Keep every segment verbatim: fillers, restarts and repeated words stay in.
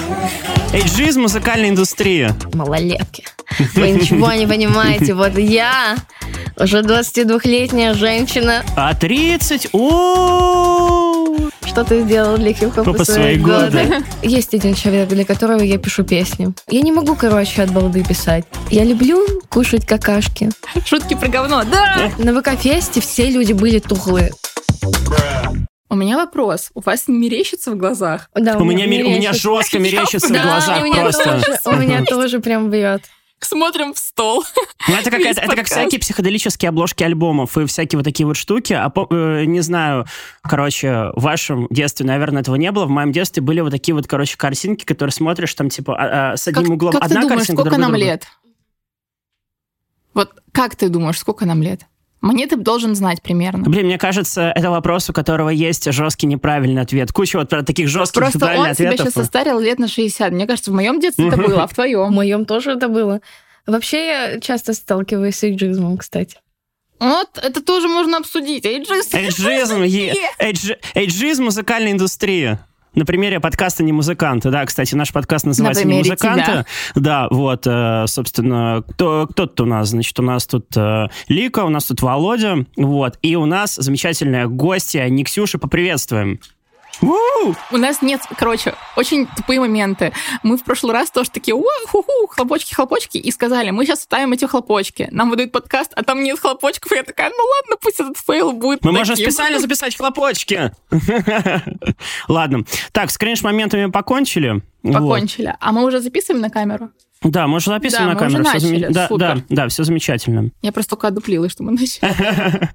Эйджизм, музыкальная индустрия. Малолетки. Вы ничего не понимаете. Вот я уже двадцатидвухлетняя женщина. А тридцать? О, Что ты сделал для хип-хопа по свои свои годы? годы? Есть один человек, для которого я пишу песни. Я не могу, короче, от балды писать. Я люблю кушать какашки. Шутки про говно, да! На ВК-фесте все люди были тухлые. У меня вопрос. У вас не мерещится в глазах? Да, У меня, ми- у меня мерещится. жестко мерещится в Да, глазах у меня просто. тоже, у меня тоже прям бьет. Смотрим в стол. Ну, это, как, Весь это, это как подкаст. всякие психоделические обложки альбомов и всякие вот такие вот штуки. А по- э, не знаю, короче, в вашем детстве, наверное, этого не было. В моем детстве были вот такие вот, короче, картинки, которые смотришь там, типа, а- а, с одним Как, углом как одна ты думаешь, картинка, сколько другой нам другой. лет? Вот как ты думаешь, сколько нам лет? Мне ты должен знать примерно. Блин, мне кажется, это вопрос, у которого есть жесткий неправильный ответ. Куча вот таких жестких Просто неправильных он себя ответов. сейчас состарил лет на шестьдесят. Мне кажется, в моем детстве это было, а в В твоем? моем тоже это было. Вообще я часто сталкиваюсь с эйджизмом, кстати. Вот, это тоже можно обсудить. Эйджист. Эйджизм, е- эйдж- эйджизм, музыкальная индустрия. На примере подкаста «Не музыканты». Да, кстати, наш подкаст называется На «Не примере музыканты». тебя. Да, вот, э, собственно, кто, кто тут у нас? Значит, у нас тут э, Лика, у нас тут Володя, вот, и у нас замечательная гостья Никсюша. Поприветствуем. У! У нас нет, короче, очень тупые моменты. Мы в прошлый раз тоже такие, о, ху-ху, хлопочки, хлопочки, и сказали, мы сейчас ставим эти хлопочки. Нам выдают подкаст, а там нет хлопочков. И я такая, ну ладно, пусть этот фейл будет Мы таким. можем специально записать хлопочки. Ладно. Так, с кринж-моментами покончили. Вот. Покончили. А мы уже записываем на камеру? Да, мы уже записываем Да, на мы уже камеру. Всё начали, заме- Да, супер. да, да, все замечательно. Я просто только одуплилась, что мы начали.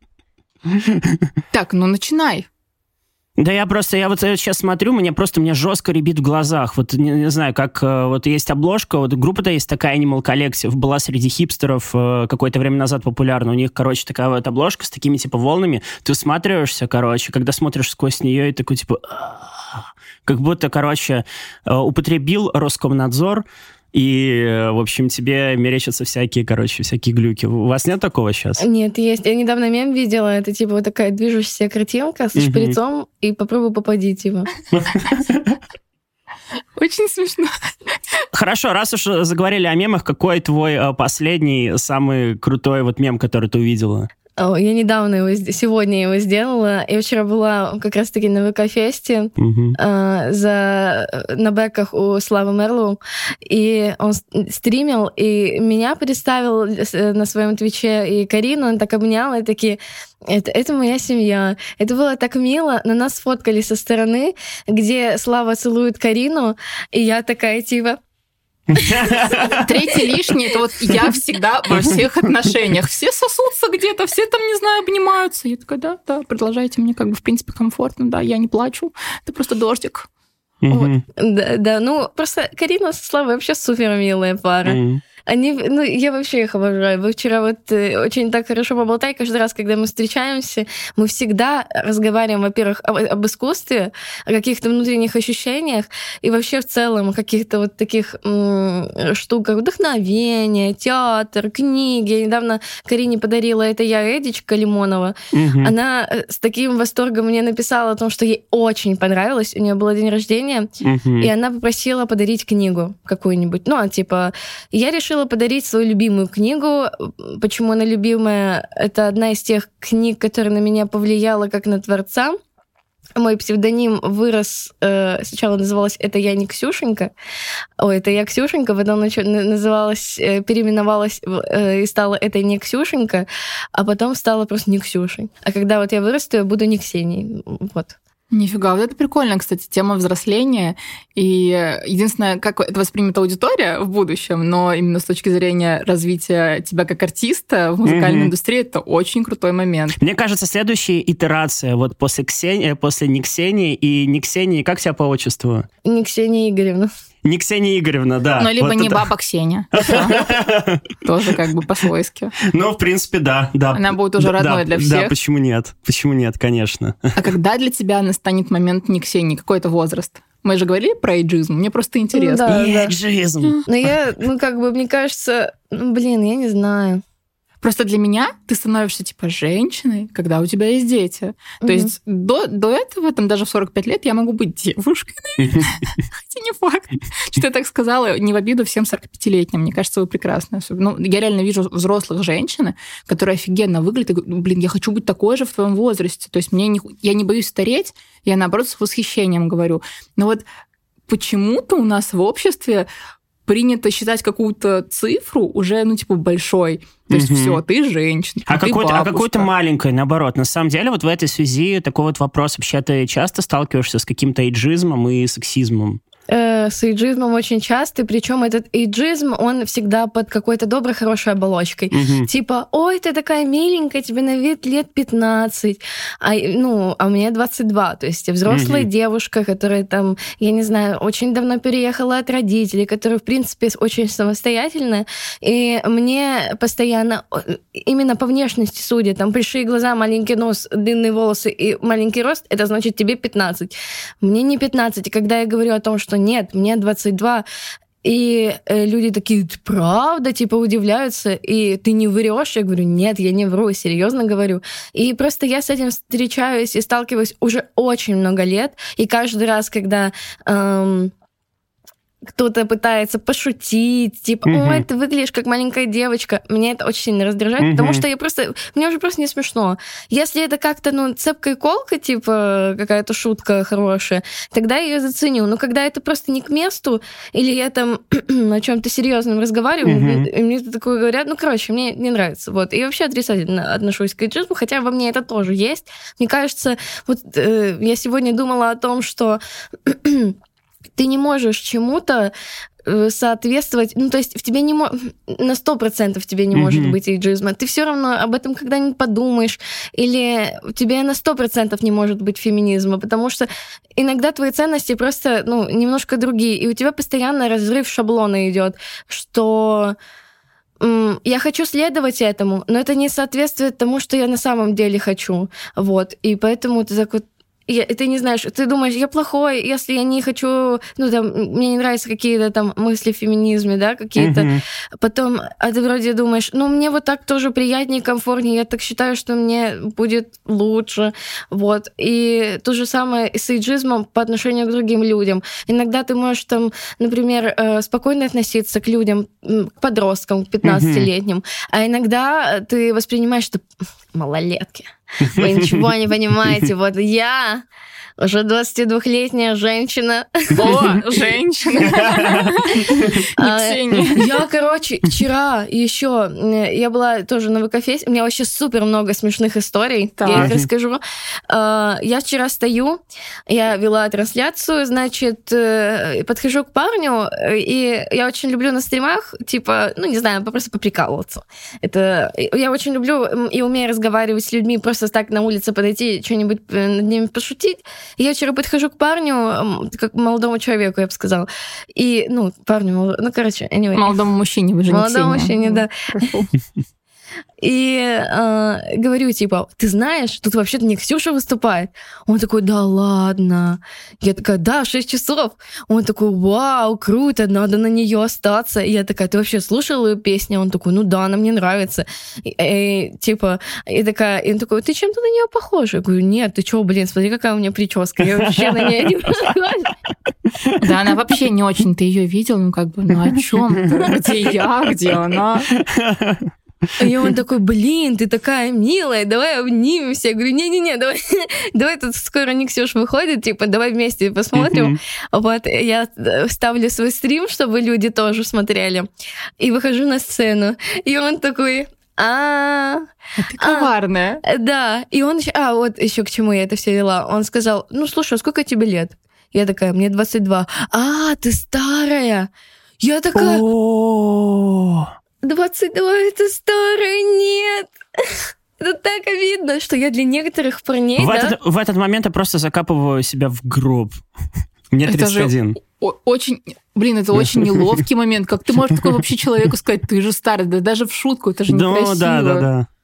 Так, ну начинай. Да я просто, я вот сейчас смотрю, мне просто, мне жестко рябит в глазах. Вот не, не знаю, как э, вот есть обложка, вот группа-то есть такая Animal Collective, была среди хипстеров э, какое-то время назад популярна. У них, короче, такая вот обложка с такими, типа, волнами. Ты усматриваешься, короче, когда смотришь сквозь нее и такой, типа... Как будто, короче, э, употребил Роскомнадзор, и, э, в общем, тебе мерещатся всякие, короче, всякие глюки. У вас нет такого сейчас? Нет, есть. Я недавно мем видела. Это типа вот такая движущаяся картинка со Мгм. шприцом, и попробуй попади, типа. Очень смешно. Хорошо, раз уж заговорили о мемах, какой твой э, последний, самый крутой вот мем, который ты увидела? О, я недавно его, сд- сегодня его сделала. Я вчера была как раз-таки на ВК-фесте Мгм. э, за, на бэках у Славы Мерлоу, и он с- стримил, и меня представил э, на своем твиче, и Карину, он так обнял, и такие, это, это моя семья. Это было так мило, но нас сфоткали со стороны, где Слава целует Карину, и я такая типа... Третий лишний, это вот я всегда во всех отношениях. Все сосутся где-то, все там, не знаю, обнимаются. Я такая, да, да, продолжайте, мне как бы, в принципе, комфортно, да, я не плачу. Это просто дождик. Мгм. Да, да, ну просто Карина со Славой вообще супер милая пара. Мгм. Они, ну, я вообще их обожаю. Мы вчера вот э, очень так хорошо поболтали. Каждый раз, когда мы встречаемся, мы всегда разговариваем, во-первых, об, об искусстве, о каких-то внутренних ощущениях и вообще в целом о каких-то вот таких м, штуках. Вдохновения, театр, книги. Я недавно Карине подарила «Это я, Эдичка» Лимонова. Мгм. Она э, с таким восторгом мне написала о том, что ей очень понравилось. У нее был день рождения, Мгм. и она попросила подарить книгу какую-нибудь. Ну, а типа, я решила подарить свою любимую книгу. Почему она любимая? Это одна из тех книг, которая на меня повлияла как на творца. Мой псевдоним вырос, э, сначала называлась «Это я не Ксюшенька», ой, «Это я Ксюшенька», потом нач- называлась, э, переименовалась э, и стала «Это не Ксюшенька», а потом стала просто не Ксюшей. А когда вот я вырасту, я буду не Ксенией. Вот. Нифига, вот это прикольно, кстати, тема взросления. И единственное, как это воспримет аудитория в будущем, но именно с точки зрения развития тебя как артиста в музыкальной Мгм. индустрии, это очень крутой момент. Мне кажется, следующая итерация, вот после Ксении, после не Ксении и не Ксении, как тебя по отчеству? Не Ксения Игоревна. Не Ксения Игоревна, да. Ну, либо Вот не это- баба Ксения. Тоже как бы по-свойски. Ну, в принципе, да, да. Она будет уже Да, родной да, для Да, всех. почему нет? Почему нет, конечно. А когда для тебя настанет момент не Ксении? Какой это возраст? Мы же говорили про эйджизм, мне просто интересно. Да, да. Эйджизм. Но я, ну, как бы, мне кажется, ну, блин, я не знаю. Просто для меня ты становишься типа женщиной, когда у тебя есть дети. То Мгм. есть до, до этого, там даже в сорок пять лет, я могу быть девушкой. Хотя не факт. Что я так сказала, не в обиду всем сорокапятилетним. Мне кажется, вы прекрасны. Ну, я реально вижу взрослых женщин, которые офигенно выглядят. И говорю, блин, я хочу быть такой же в твоем возрасте. То есть мне не, я не боюсь стареть, я, наоборот, с восхищением говорю. Но вот почему-то у нас в обществе принято считать какую-то цифру уже, ну, типа, большой. То есть, mm-hmm. все, ты женщина, а ты какой-то, бабушка. А какой-то маленькой, наоборот. На самом деле, вот в этой связи такой вот вопрос. Вообще, ты часто сталкиваешься с каким-то эйджизмом и сексизмом? Э, с эйджизмом очень часто, причем этот эйджизм, он всегда под какой-то доброй, хорошей оболочкой. Угу. Типа, ой, ты такая миленькая, тебе на вид лет пятнадцать, а, ну, а мне двадцать два. То есть взрослая угу. девушка, которая там, я не знаю, очень давно переехала от родителей, которая, в принципе, очень самостоятельная, и мне постоянно, именно по внешности судят, там, большие глаза, маленький нос, длинные волосы и маленький рост, это значит, тебе пятнадцать. Мне не пятнадцать, и когда я говорю о том, что нет, мне двадцать два, и э, люди такие, правда, типа удивляются, и ты не врешь? Я говорю, нет, я не вру, серьезно говорю. И просто я с этим встречаюсь и сталкиваюсь уже очень много лет, и каждый раз, когда... Эм, кто-то пытается пошутить, типа, ой, uh-huh. ты выглядишь как маленькая девочка. Меня это очень сильно раздражает, uh-huh. потому что я просто... Мне уже просто не смешно. Если это как-то, ну, цепкая колка, типа, какая-то шутка хорошая, тогда я ее заценю. Но когда это просто не к месту, или я там о чем-то серьезном разговариваю, uh-huh. и мне такое говорят, ну, короче, мне не нравится. Вот. И вообще отрицательно отношусь к эйджизму, хотя во мне это тоже есть. Мне кажется, вот э, я сегодня думала о том, что... ты не можешь чему-то соответствовать, ну, то есть в тебе не мо... на сто процентов в тебе не mm-hmm. может быть эйджизма. Ты все равно об этом когда-нибудь подумаешь, или у тебя на сто процентов не может быть феминизма, потому что иногда твои ценности просто, ну, немножко другие, и у тебя постоянно разрыв шаблона идет, что м- я хочу следовать этому, но это не соответствует тому, что я на самом деле хочу. Вот. И поэтому ты так вот Я, ты не знаешь, ты думаешь, я плохой, если я не хочу, ну, там, мне не нравятся какие-то там мысли в феминизме, да, какие-то. Uh-huh. Потом, а ты вроде думаешь, ну, мне вот так тоже приятнее, комфортнее, я так считаю, что мне будет лучше, вот. И то же самое и с эйджизмом по отношению к другим людям. Иногда ты можешь там, например, спокойно относиться к людям, к подросткам, к пятнадцатилетним, uh-huh. а иногда ты воспринимаешь, что малолетки. Вы ничего не понимаете. Вот я уже двадцатидвухлетняя женщина. О, женщина. Я, короче, вчера еще, я была тоже на ВК-фесте, у меня вообще супер много смешных историй, я их расскажу. Я вчера стою, я вела трансляцию, значит, подхожу к парню, и я очень люблю на стримах, типа, ну, не знаю, просто поприкалываться. Это я очень люблю и умею разговаривать с людьми, просто так на улице подойти, что-нибудь над ними пошутить. Я вчера подхожу к парню, как молодому человеку, я бы сказала. И, ну, парню, ну, короче, anyway. Молодому мужчине, вы же не Молодому мужчине, да. И э, говорю, типа, ты знаешь, тут вообще-то не Ксюша выступает. Он такой, да ладно. Я такая, да, в шесть часов. Он такой, вау, круто, надо на нее остаться. И я такая, ты вообще слушала ее песню? Он такой, ну да, она мне нравится. И, и, типа, и такая, и он такой, ты чем-то на нее похожа? Я говорю, нет, ты чё, блин, смотри, какая у меня прическа. Я вообще на нее не похожа. Да, она вообще не очень, ты ее видел, ну как бы, ну о чем ты? Где я, где она? И он такой, блин, ты такая милая, давай обнимемся. Я говорю, не-не-не, давай, давай тут скоро не Ксюша выходит, типа, давай вместе посмотрим. Uh-huh. Вот, я ставлю свой стрим, чтобы люди тоже смотрели. И выхожу на сцену. И он такой... А, ты коварная. А, да, и он... А, вот еще к чему я это все вела. Он сказал, ну, слушай, сколько тебе лет? Я такая, мне двадцать два. А, ты старая. Я такая... двадцать два это старая, нет. Это так обидно, что я для некоторых парней, в, да? этот, в этот момент я просто закапываю себя в гроб. Мне тридцать один. Очень, блин, это очень неловкий момент. Как ты можешь такой вообще человеку сказать, ты же старый, да даже в шутку, это же некрасиво. Ну, да, да, да.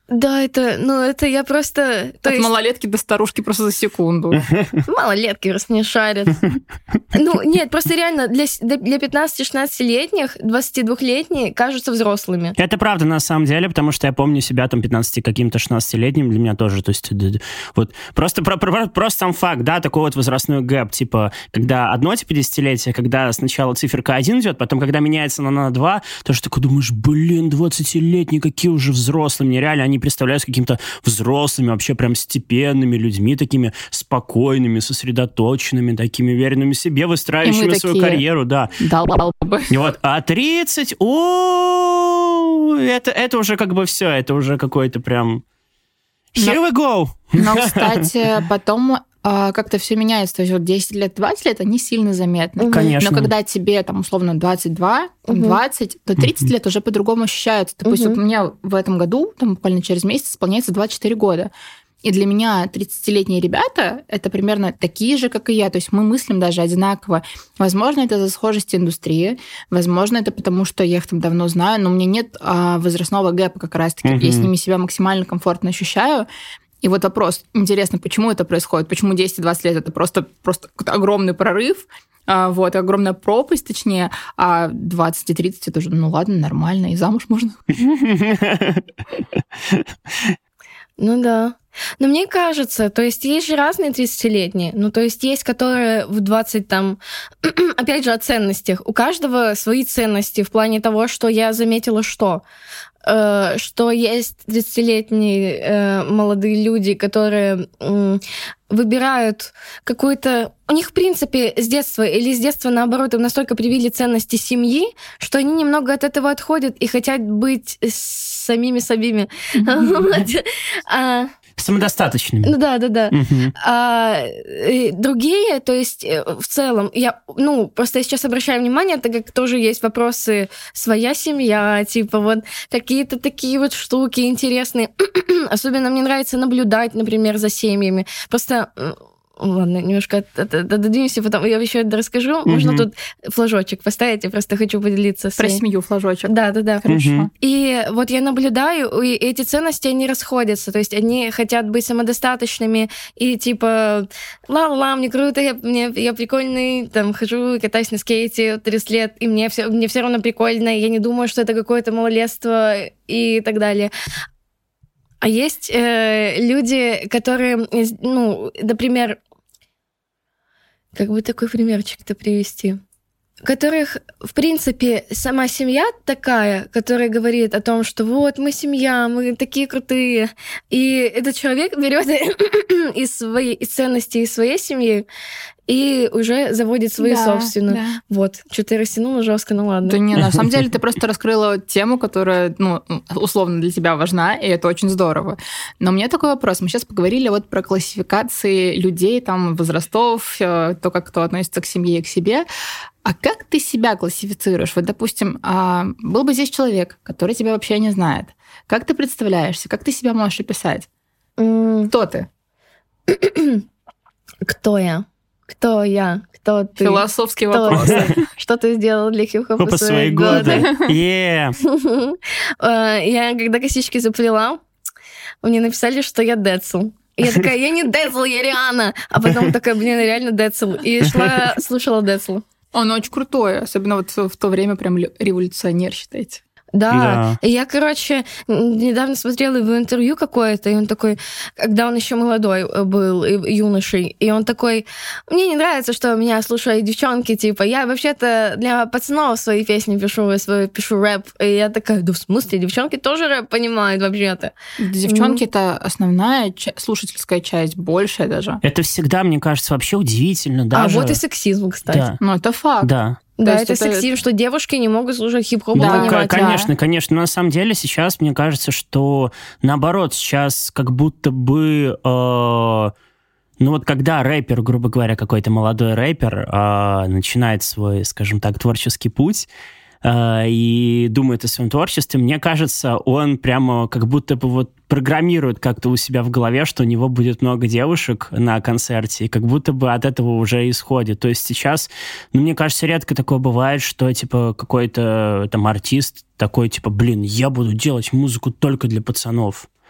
Да, это, ну, это я просто... От есть... малолетки до старушки просто за секунду. Малолетки просто не шарят. Ну, нет, просто реально для, для пятнадцати-шестнадцатилетних, двадцатидвухлетние кажутся взрослыми. Это правда, на самом деле, потому что я помню себя там пятнадцати каким-то шестнадцатилетним, для меня тоже, то есть вот просто, про, про, просто сам факт, да, такой вот возрастной гэп, типа, когда одно типа десятилетие, когда сначала циферка один идет, потом, когда меняется на, на два, то что такой думаешь, блин, двадцатилетние, какие уже взрослые, мне реально, они представляются какими-то взрослыми, вообще прям степенными людьми, такими спокойными, сосредоточенными, такими уверенными в себе, выстраивающими свою такие... карьеру, да. И вот, а тридцать, о, это, это уже как бы все, это уже какой-то прям... Here we go! Но, кстати, потом а, как-то все меняется. То есть вот десять лет, двадцать лет, они сильно заметны. Конечно. Но когда тебе, там, условно, двадцать два, там, двадцать, то тридцать лет уже по-другому ощущаются. Допустим, у меня в этом году, там, буквально через месяц, исполняется двадцать четыре года. И для меня тридцатилетние ребята — это примерно такие же, как и я. То есть мы мыслим даже одинаково. Возможно, это за схожесть индустрии, возможно, это потому, что я их там давно знаю, но у меня нет а, возрастного гэпа как раз-таки. Uh-huh. Я с ними себя максимально комфортно ощущаю. И вот вопрос, интересно, почему это происходит? Почему десять-двадцать лет — это просто, просто какой-то огромный прорыв, а, вот, огромная пропасть, точнее, а двадцать и тридцать — это уже, ну ладно, нормально, и замуж можно. Ну да. Но мне кажется, то есть есть же разные тридцатилетние, ну то есть есть, которые в двадцать там, опять же, о ценностях. У каждого свои ценности в плане того, что я заметила, что э, что есть тридцатилетние э, молодые люди, которые э, выбирают какую-то... У них, в принципе, с детства или с детства, наоборот, им настолько привили ценности семьи, что они немного от этого отходят и хотят быть самими собими. Самодостаточными. Ну да, да, да. Угу. А, другие, то есть в целом, я, ну, просто я сейчас обращаю внимание, так как тоже есть вопросы своя семья, типа вот какие-то такие вот штуки интересные. Особенно мне нравится наблюдать, например, за семьями. Просто... Ладно, немножко отодвинемся, потом я еще это расскажу. Mm-hmm. Можно тут флажочек поставить, я просто хочу поделиться. Про своей... семью флажочек. Да, да, да. Хорошо. Mm-hmm. И вот я наблюдаю, и эти ценности, они расходятся. То есть они хотят быть самодостаточными и типа ла-ла, мне круто, я, мне, я прикольный, там, хожу, катаюсь на скейте тридцать лет, и мне все, мне все равно прикольно, я не думаю, что это какое-то малолетство и так далее. А есть э, люди, которые, ну, например, как бы такой примерчик-то привести, которых, в принципе, сама семья такая, которая говорит о том, что вот мы семья, мы такие крутые, и этот человек берет из своей из ценностей из своей семьи и уже заводит свою да, собственную. Да. Вот, что-то я растянула жестко, ну ладно. Да не, на самом деле ты просто раскрыла тему, которая, ну, условно для тебя важна, и это очень здорово. Но у меня такой вопрос. Мы сейчас поговорили вот про классификации людей, там, возрастов, то, как кто относится к семье и к себе. А как ты себя классифицируешь? Вот, допустим, был бы здесь человек, который тебя вообще не знает. Как ты представляешься? Как ты себя можешь описать? Mm. Кто ты? Кто я? Кто я? Кто ты? Философский Кто вопрос. Ты? Что ты сделал для хип-хопа в свои годы? Yeah. Я, когда косички заплела, мне написали, что я Децл. Я такая, я не Децл, я Риана. А потом такая, блин, реально Децл. И шла, слушала Децл. Он очень крутой, особенно вот в то время прям революционер, считаете. Да. да, я, короче, недавно смотрела его интервью какое-то, и он такой, когда он еще молодой был, юношей, и он такой, мне не нравится, что меня слушают девчонки, типа, я вообще-то для пацанов свои песни пишу, свой, пишу рэп, и я такая, да в смысле, девчонки тоже рэп понимают вообще-то. Девчонки mm. — это основная ча- слушательская часть, большая даже. Это всегда, мне кажется, вообще удивительно даже. А вот и сексизм, кстати. Да. Ну, это факт. Да. Да, это, это сексизм, что девушки не могут слушать хип-хоп и да, понимать. Конечно, да. конечно. Но на самом деле сейчас, мне кажется, что наоборот, сейчас как будто бы... Э, ну вот когда рэпер, грубо говоря, какой-то молодой рэпер э, начинает свой, скажем так, творческий путь, и думает о своем творчестве, мне кажется, он прямо как будто бы вот программирует как-то у себя в голове, что у него будет много девушек на концерте, и как будто бы от этого уже исходит. То есть сейчас, ну, мне кажется, редко такое бывает, что, типа, какой-то там артист такой, типа, блин, я буду делать музыку только для пацанов.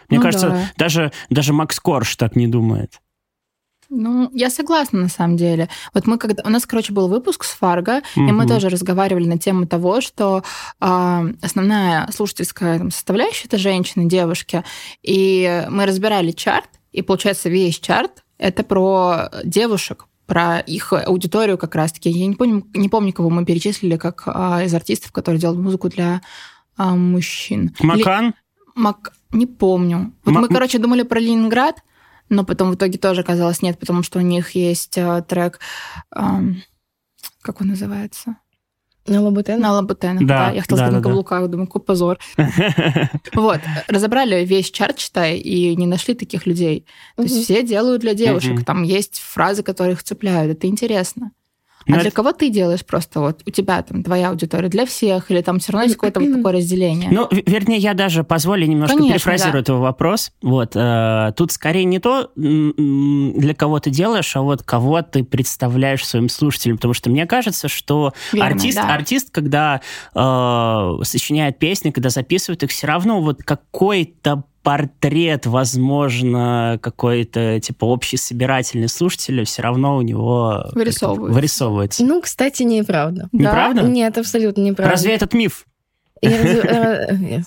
Мне Ну кажется, да. даже, даже Макс Корж так не думает. Ну, я согласна, на самом деле. Вот мы когда... У нас, короче, был выпуск с Фарго, и мы Мгм. тоже разговаривали на тему того, что а, основная слушательская там, составляющая — это женщины, девушки. И мы разбирали чарт, и, получается, весь чарт — это про девушек, про их аудиторию как раз-таки. Я не помню, не помню, кого мы перечислили как а, из артистов, которые делают музыку для а, мужчин. Макан? Ли- Мак... Не помню. Вот Ма- мы, короче, думали про Ленинград, но потом в итоге тоже оказалось нет, потому что у них есть э, трек, эм, как он называется? На Лабутен? На Лабутенах, Да, да. Я хотела да, сказать да, на да. каблуках, думаю, какой позор. Вот, разобрали весь чарт, читай, и не нашли таких людей. То есть Мгм. все делают для девушек. Мгм. Там есть фразы, которые их цепляют. Это интересно. А Ну, для это- кого ты делаешь просто вот у тебя там твоя аудитория для всех, или там все равно есть какое-то вот такое разделение? Ну, в- вернее, я даже позволю немножко Конечно, перефразирую да. этот вопрос. Вот, э, тут скорее не то, м, м, для кого ты делаешь, а вот кого ты представляешь своим слушателям. Потому что мне кажется, что Верно, артист, да. артист, когда э, сочиняет песни, когда записывает их, все равно вот какой-то портрет, возможно, какой-то типа общий собирательный слушателя все равно у него как-то Вырисовывается. вырисовывается. Ну, кстати, неправда. Неправда? Нет, абсолютно неправда. Разве этот миф? Я раз- э, нет.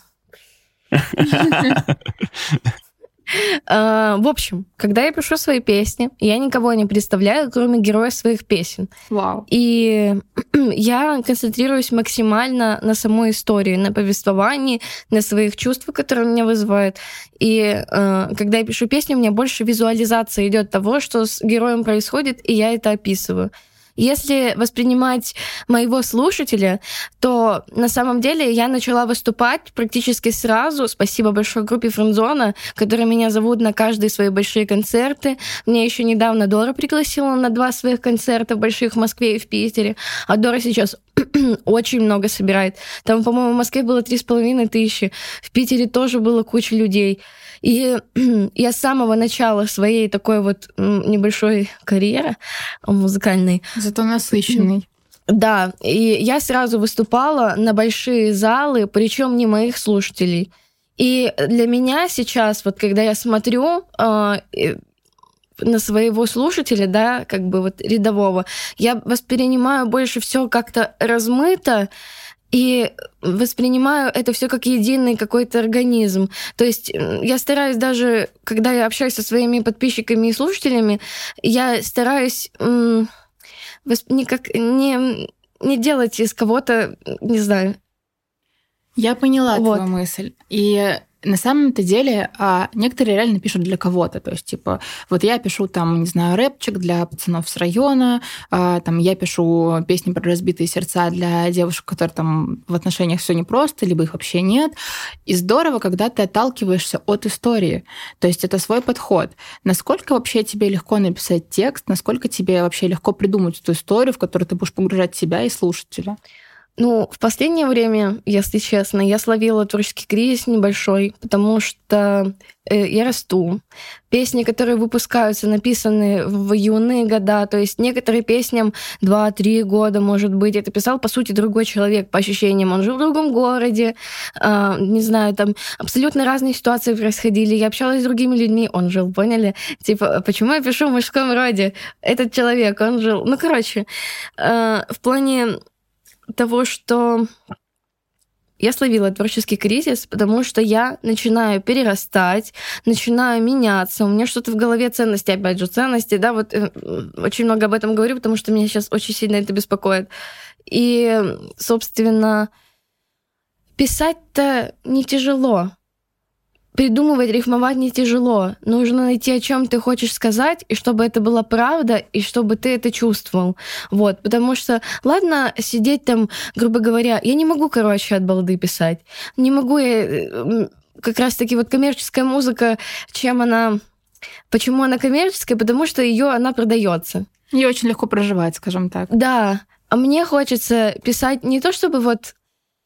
А, В общем, когда я пишу свои песни, я никого не представляю, кроме героя своих песен. Вау. И я концентрируюсь максимально на самой истории, на повествовании, на своих чувствах, которые меня вызывают. И э, когда я пишу песни, у меня больше визуализация идет того, что с героем происходит, и я это описываю. Если воспринимать моего слушателя, то на самом деле я начала выступать практически сразу. Спасибо большой группе Френдзона, которые меня зовут на каждые свои большие концерты. Мне еще недавно Дора пригласила на два своих концерта больших в Москве и в Питере. А Дора сейчас очень много собирает. Там, по-моему, в Москве было три с половиной тысячи, в Питере тоже было куча людей. И я с самого начала своей такой вот м, небольшой карьеры музыкальной, Зато насыщенный. да, и я сразу выступала на большие залы, причем не моих слушателей. И для меня сейчас, вот когда я смотрю э, э, на своего слушателя, да, как бы вот рядового, я воспринимаю больше все как-то размыто, и воспринимаю это все как единый какой-то организм. То есть я стараюсь даже, когда я общаюсь со своими подписчиками и слушателями, я стараюсь м, восп... никак не, не делать из кого-то, не знаю. Я поняла Вот. твою мысль. И на самом-то деле а, некоторые реально пишут для кого-то. То есть, типа, вот я пишу там, не знаю, рэпчик для пацанов с района, а, там я пишу песни про разбитые сердца для девушек, которые там в отношениях все непросто, либо их вообще нет. И здорово, когда ты отталкиваешься от истории. То есть это свой подход. Насколько вообще тебе легко написать текст, насколько тебе вообще легко придумать эту историю, в которую ты будешь погружать себя и слушателя? Ну, в последнее время, если честно, я словила творческий кризис небольшой, потому что э, я расту. Песни, которые выпускаются, написаны в юные года, то есть некоторые песням два-три года, может быть, это писал, по сути, другой человек, по ощущениям. Он жил в другом городе, э, не знаю, там абсолютно разные ситуации происходили. Я общалась с другими людьми, он жил, поняли? Типа, почему я пишу в мужском роде? Этот человек, он жил... Ну, короче, э, в плане того, что я словила творческий кризис, потому что я начинаю перерастать, начинаю меняться, у меня что-то в голове, ценности, опять же, ценности, да, вот э, очень много об этом говорю, потому что меня сейчас очень сильно это беспокоит. И, собственно, писать-то не тяжело. Придумывать, рифмовать не тяжело. Нужно найти, о чем ты хочешь сказать, и чтобы это была правда, и чтобы ты это чувствовал. Вот, потому что, ладно, сидеть там, грубо говоря, я не могу, короче, от балды писать. Не могу я... Как раз-таки вот коммерческая музыка, чем она... Почему она коммерческая? Потому что ее она продается. Ее очень легко проживать, скажем так. Да, а мне хочется писать не то, чтобы вот...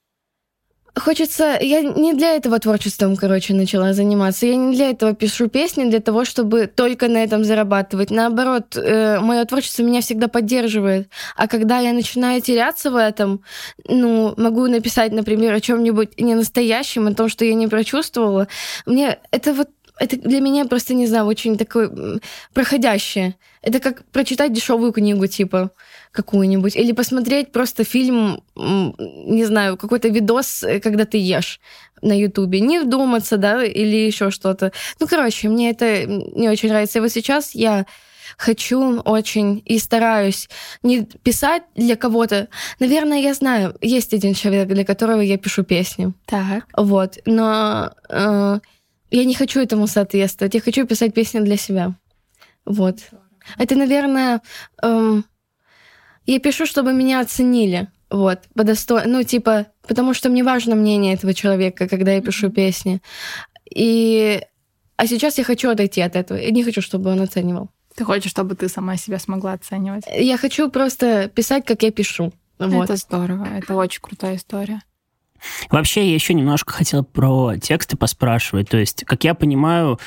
Хочется... Я не для этого творчеством, короче, начала заниматься. Я не для этого пишу песни, для того, чтобы только на этом зарабатывать. Наоборот, э, мое творчество меня всегда поддерживает. А когда я начинаю теряться в этом, ну, могу написать, например, о чем-нибудь ненастоящем, о том, что я не прочувствовала, мне это вот это для меня просто, не знаю, очень такое проходящее. Это как прочитать дешевую книгу, типа, какую-нибудь. Или посмотреть просто фильм, не знаю, какой-то видос, когда ты ешь на Ютубе. Не вдуматься, да, или еще что-то. Ну, короче, мне это не очень нравится. И вот сейчас я хочу очень и стараюсь не писать для кого-то. Наверное, я знаю, есть один человек, для которого я пишу песни. Так. Вот. Но э, я не хочу этому соответствовать. Я хочу писать песни для себя. Вот. Это, наверное, э, я пишу, чтобы меня оценили. Вот, по досто... Ну, типа, потому что мне важно мнение этого человека, когда я пишу песни. И... А сейчас я хочу отойти от этого. Я не хочу, чтобы он оценивал. Ты хочешь, чтобы ты сама себя смогла оценивать? Я хочу просто писать, как я пишу. Вот. Это здорово. Это очень крутая история. Вообще, я еще немножко хотела про тексты поспрашивать. То есть, как я понимаю,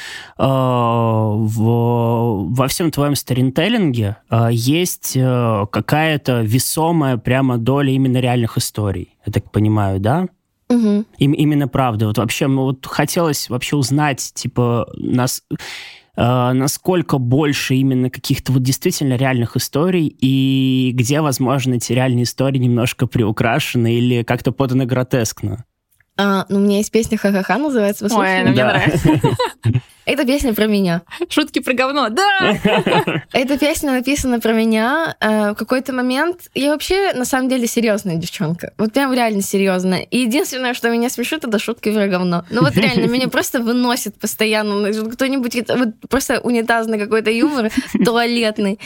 в, во всем твоем сторителлинге есть какая-то весомая прямо доля именно реальных историй. Я так понимаю, да? Угу. Им, именно правда. Вот вообще, вот хотелось вообще узнать, типа, нас... насколько больше именно каких-то вот действительно реальных историй, и где, возможно, эти реальные истории немножко приукрашены или как-то поданы гротескно. А, ну, у меня есть песня «Ха-ха-ха», называется. Вы Ой, она мне нравится. Это песня про меня. Шутки про говно, да! Эта песня написана про меня. В какой-то момент... Я вообще, на самом деле, серьезная девчонка. Вот прям реально серьезная. И единственное, что меня смешит, это шутки про говно. Ну вот реально, меня просто выносит постоянно. Кто-нибудь... Вот просто унитазный какой-то юмор, туалетный.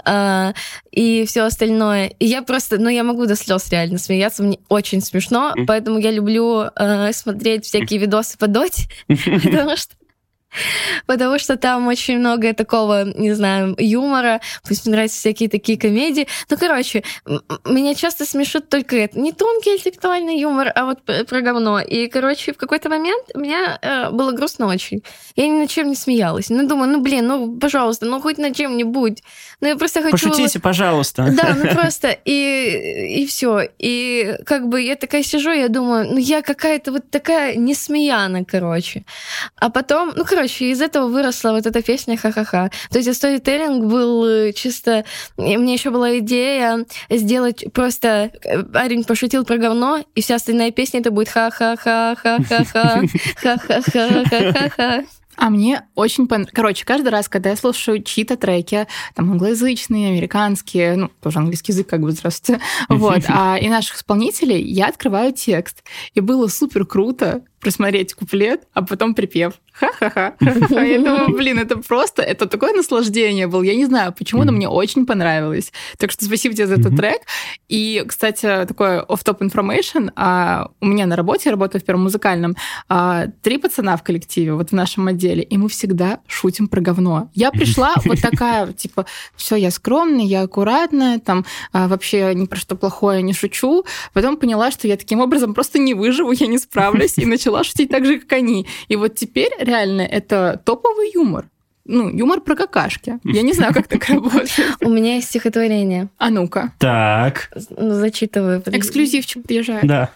И все остальное. И я просто... Ну, я могу до слез реально смеяться. Мне очень смешно. Поэтому я люблю смотреть всякие видосы по доте. Потому что Потому что там очень много такого, не знаю, юмора. Пусть мне нравятся всякие такие комедии. Ну, короче, меня часто смешит только это. Не тонкий интеллектуальный юмор, а вот про говно. И, короче, в какой-то момент у меня э, было грустно очень. Я ни над чем не смеялась. Ну, думаю, ну, блин, ну, пожалуйста, ну, хоть над чем-нибудь. Ну, я просто хочу... Пошутите, пожалуйста. Да, ну, просто. И, и все. И как бы я такая сижу, я думаю, ну, я какая-то вот такая несмеяна, короче. А потом, ну, короче, Короче, из этого выросла вот эта песня «Ха-ха-ха». То есть сторителлинг был чисто... И мне еще была идея сделать просто... Парень пошутил про говно, и вся остальная песня это будет «Ха-ха-ха-ха-ха-ха, ха-ха-ха-ха-ха-ха». А мне очень понравилось. Короче, каждый раз, когда я слушаю чьи-то треки, там англоязычные, американские, ну, тоже английский язык, как бы, здравствуйте, вот, а, и наших исполнителей, я открываю текст. И было супер круто просмотреть куплет, а потом припев. Ха-ха-ха. ха-ха-ха. Я думаю, блин, это просто, это такое наслаждение было. Я не знаю, почему, но мне очень понравилось. Так что спасибо тебе за этот трек. И, кстати, такой off-top information. А, у меня на работе, я работаю в Первом музыкальном, а, три пацана в коллективе, вот в нашем отделе, и мы всегда шутим про говно. Я пришла вот такая, типа, все, я скромная, я аккуратная, там а, вообще ни про что плохое не шучу. Потом поняла, что я таким образом просто не выживу, я не справлюсь, и начала шутить так же, как они. И вот теперь реально это топовый юмор. Ну, юмор про какашки. Я не знаю, как так работает. У меня есть стихотворение. А ну-ка. Так. Ну, зачитываю. Эксклюзивчик приезжает. Да.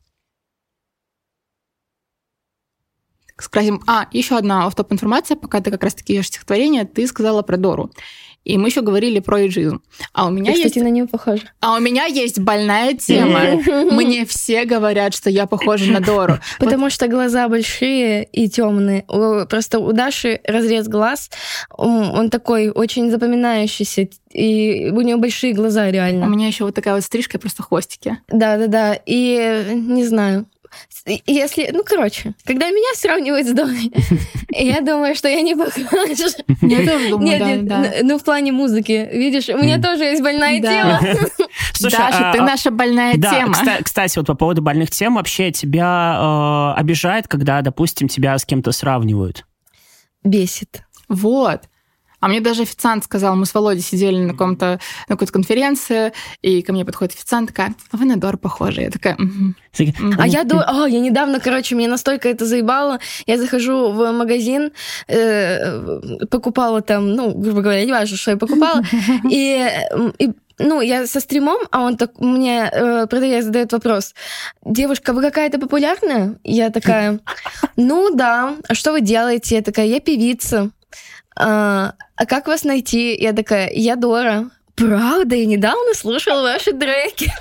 Скажем, а, еще одна офф-топ информация, пока ты как раз-таки ешь стихотворение, ты сказала про Дору. И мы еще говорили про эйджизм. А у меня Ты, есть... кстати, на нее похожа. А у меня есть больная тема. Мне все говорят, что я похожа на Дору. Потому что глаза большие и темные. Просто у Даши разрез глаз, он такой очень запоминающийся, и у нее большие глаза реально. У меня еще вот такая вот стрижка, просто хвостики. Да-да-да. И не знаю. Если, ну, короче, когда меня сравнивают с Дорой, я думаю, что я не похожа. Я тоже думаю, нет, да, нет, да. Ну, в плане музыки, видишь, у меня тоже есть больная Да. тема. Слушай, Даша, а- ты наша больная Да, тема. кста- кстати, вот по поводу больных тем, вообще тебя э, обижает, когда, допустим, тебя с кем-то сравнивают? Бесит. Вот. А мне даже официант сказал, мы с Володей сидели на, каком-то, на какой-то конференции, и ко мне подходит официант, такая, вы на Дор похожи. Я такая, угу. А я, до... О, я недавно, короче, меня настолько это заебало, я захожу в магазин, э, покупала там, ну, грубо говоря, не важно, что я покупала, и, и ну, я со стримом, а он так, мне э, продавец задает вопрос, девушка, вы какая-то популярная? Я такая, ну да, а что вы делаете? Я такая, я певица. А, а как вас найти? Я такая, я Дора. Правда? Я недавно слушала ваши треки.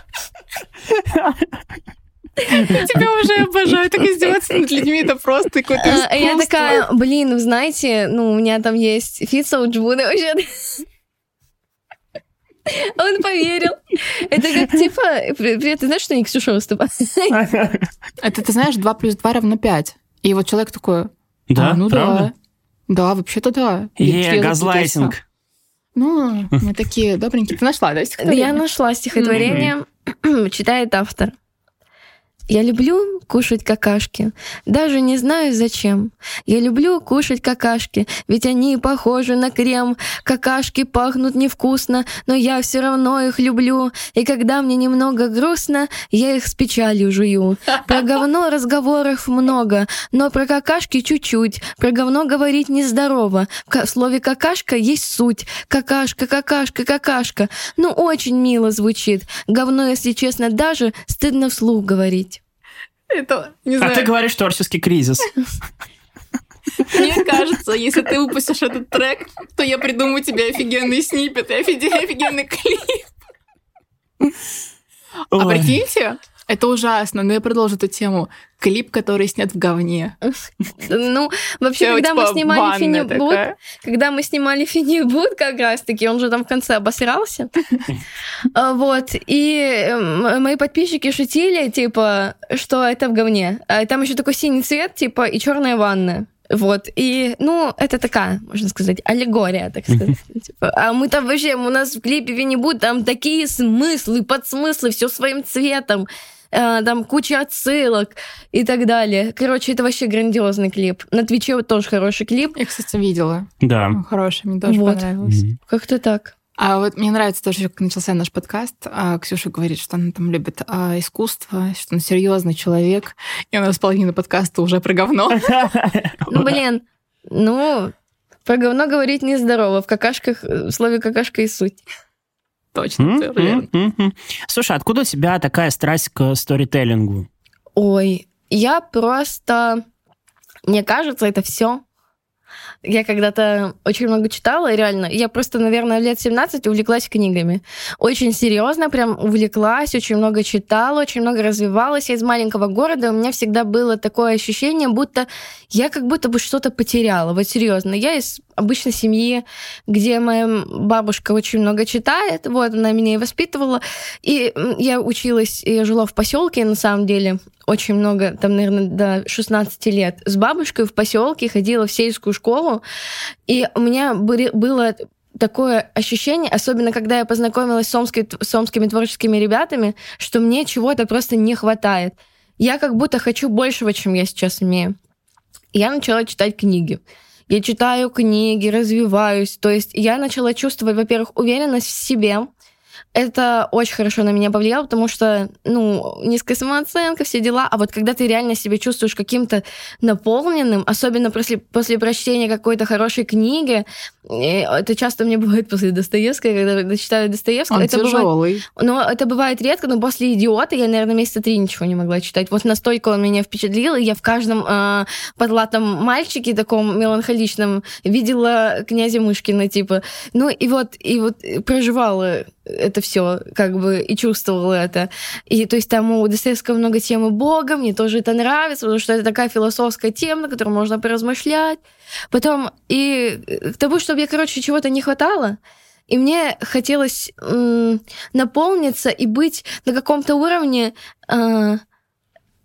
Я тебя уже обожаю, так издеваться над людьми, это просто какое-то искусство. Я такая, блин, вы знаете, ну, у меня там есть фит Соулджбуны вообще. Он поверил. Это как, типа, привет, ты знаешь, что не Ксюша выступает? Это, ты знаешь, два плюс два равно пять. И вот человек такой, да, а, ну правда? да. Да, вообще-то да. Е, газлайтинг. Ну, мы такие добренькие. Ты нашла, да, стихотворение? Я нашла стихотворение. Читает автор. Я люблю кушать какашки, даже не знаю зачем. Я люблю кушать какашки, ведь они похожи на крем. Какашки пахнут невкусно, но я все равно их люблю. И когда мне немного грустно, я их с печалью жую. Про говно разговоров много, но про какашки чуть-чуть. Про говно говорить нездорово. В слове какашка есть суть. Какашка, какашка, какашка. Ну, очень мило звучит. Говно, если честно, даже стыдно вслух говорить. Это, не знаю. А ты говоришь творческий кризис. Мне кажется, если ты выпустишь этот трек, то я придумаю тебе офигенный сниппет и офигенный клип. А прикиньте, это ужасно, но я продолжу эту тему. Клип, который снят в говне. Ну, вообще, когда мы снимали Финибут, когда мы снимали Финибут как раз-таки, он же там в конце обосрался. Вот, и мои подписчики шутили, типа, что это в говне. Там еще такой синий цвет, типа, и черная ванна. Вот, и, ну, это такая, можно сказать, аллегория, так сказать. Типа, а мы там вообще, у нас в клипе Финибут, там такие смыслы, подсмыслы, все своим цветом. Там куча отсылок и так далее. Короче, это вообще грандиозный клип. На Твиче вот тоже хороший клип. Я, кстати, видела. Да. Хороший, мне тоже вот. понравилось. Mm-hmm. Как-то так. А вот мне нравится тоже, как начался наш подкаст. А Ксюша говорит, что она там любит а, искусство, что он серьезный человек. И у нас половина подкаста уже про говно. Ну, блин, ну, про говно говорить нездорово. В какашках, в слове какашка и суть. Точно, ты уверен. Mm-hmm. Слушай, откуда у тебя такая страсть к сторителлингу? Ой, я просто... Мне кажется, это все. Я когда-то очень много читала, реально. Я просто, наверное, лет семнадцать увлеклась книгами. Очень серьезно прям увлеклась, очень много читала, очень много развивалась. Я из маленького города, у меня всегда было такое ощущение, будто я как будто бы что-то потеряла. Вот серьезно. Я из обычной семьи, где моя бабушка очень много читает, вот, она меня и воспитывала. И я училась, я жила в поселке, на самом деле, очень много, там, наверное, до шестнадцати лет. С бабушкой в поселке ходила в сельскую школу, и у меня было такое ощущение, особенно когда я познакомилась с, омской, с омскими творческими ребятами, что мне чего-то просто не хватает. Я как будто хочу большего, чем я сейчас имею. И я начала читать книги. Я читаю книги, развиваюсь. То есть я начала чувствовать, во-первых, уверенность в себе. Это очень хорошо на меня повлияло, потому что, ну, низкая самооценка, все дела. А вот когда ты реально себя чувствуешь каким-то наполненным, особенно после, после прочтения какой-то хорошей книги, это часто мне бывает после Достоевского, когда я читаю Достоевского. Он это тяжелый. Бывает, но это бывает редко, но после «Идиота» я, наверное, месяца три ничего не могла читать. Вот настолько он меня впечатлил, и я в каждом э, подлатом мальчике, таком меланхоличном, видела князя Мышкина, типа. Ну, и вот, и вот проживала это все, как бы, и чувствовала это. И, то есть, там у Достоевского много темы Бога, мне тоже это нравится, потому что это такая философская тема, на которую можно поразмышлять. Потом, и к тому, чтобы я, короче, чего-то не хватало, и мне хотелось м- наполниться и быть на каком-то уровне э-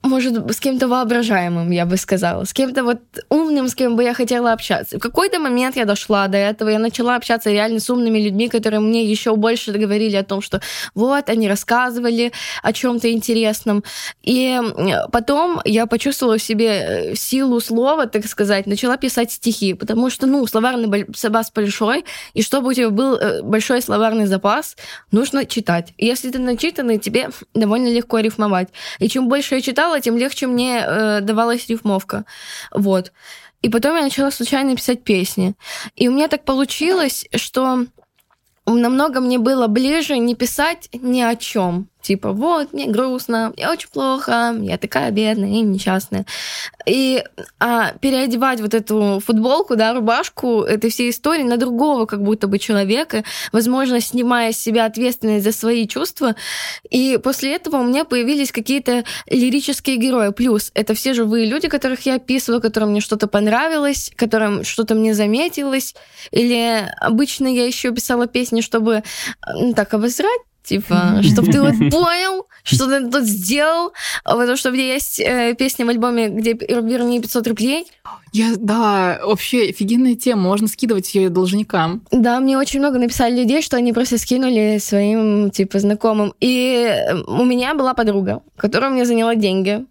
может, с кем-то воображаемым, я бы сказала, с кем-то вот умным, с кем бы я хотела общаться. В какой-то момент я дошла до этого, я начала общаться реально с умными людьми, которые мне еще больше говорили о том, что вот, они рассказывали о чем-то интересном. И потом я почувствовала в себе силу слова, так сказать, начала писать стихи, потому что, ну, словарный запас большой, и чтобы у тебя был большой словарный запас, нужно читать. И если ты начитанный, тебе довольно легко рифмовать. И чем больше я читала, тем легче мне э, давалась рифмовка. Вот. И потом я начала случайно писать песни. И у меня так получилось, что намного мне было ближе не писать ни о чем. Типа, вот, мне грустно, мне очень плохо, я такая бедная и несчастная. И а, переодевать вот эту футболку, да, рубашку этой всей истории на другого как будто бы человека, возможно, снимая с себя ответственность за свои чувства. И после этого у меня появились какие-то лирические герои. Плюс это все живые люди, которых я описываю, которым мне что-то понравилось, которым что-то мне заметилось. Или обычно я еще писала песни, чтобы, ну, так, обосрать, типа, чтобы ты вот понял, что ты тут сделал, потому что у меня есть э, песня в альбоме, где верни пятьсот рублей. Я, да, вообще офигенная тема, можно скидывать ее должникам. Да, мне очень много написали людей, что они просто скинули своим, типа, знакомым. И у меня была подруга, которая мне заняла деньги.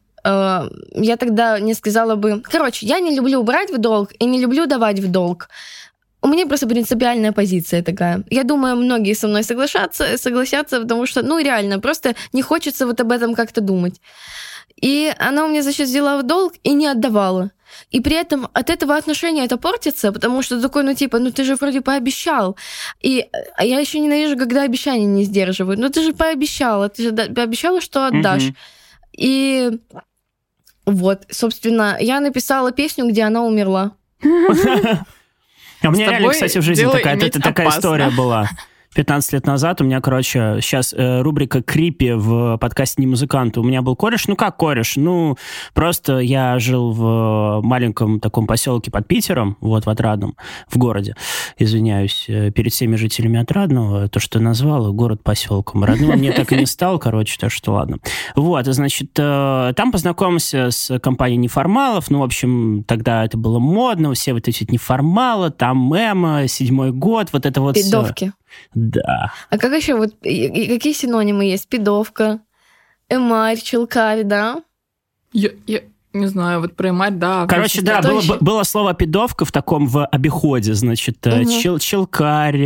Я тогда не сказала бы... Короче, я не люблю брать в долг и не люблю давать в долг. У меня просто принципиальная позиция такая. Я думаю, многие со мной соглашатся, согласятся, потому что, ну, реально, просто не хочется вот об этом как-то думать. И она у меня, значит, взяла в долг и не отдавала. И при этом от этого отношения это портится, потому что такой, ну, типа, ну, ты же вроде пообещал. И я еще ненавижу, когда обещания не сдерживают. Ну, ты же пообещала, ты же пообещала, что отдашь. Mm-hmm. И вот, собственно, я написала песню, где она умерла. А у меня реально, кстати, в жизни такая, такая история была. пятнадцать лет назад у меня, короче, сейчас э, рубрика «Крипи» в подкасте «Не музыкант». У меня был кореш, ну как кореш? Ну, просто я жил в маленьком таком поселке под Питером, вот, в Отрадном, в городе. Извиняюсь перед всеми жителями Отрадного, то, что назвал город поселком. Родным мне так и не стал, короче, так что ладно. Вот, значит, э, там познакомился с компанией неформалов, ну, в общем, тогда это было модно, все вот эти неформалы, там мема, седьмой год, вот это вот Пидовки. Все. Да. А как еще вот какие синонимы есть? Пидовка, эмарь, челкарь, да? Я, я не знаю, вот про эмарь, да. Короче, да, было, было слово пидовка в таком в обиходе, значит, угу. чел, челкарь,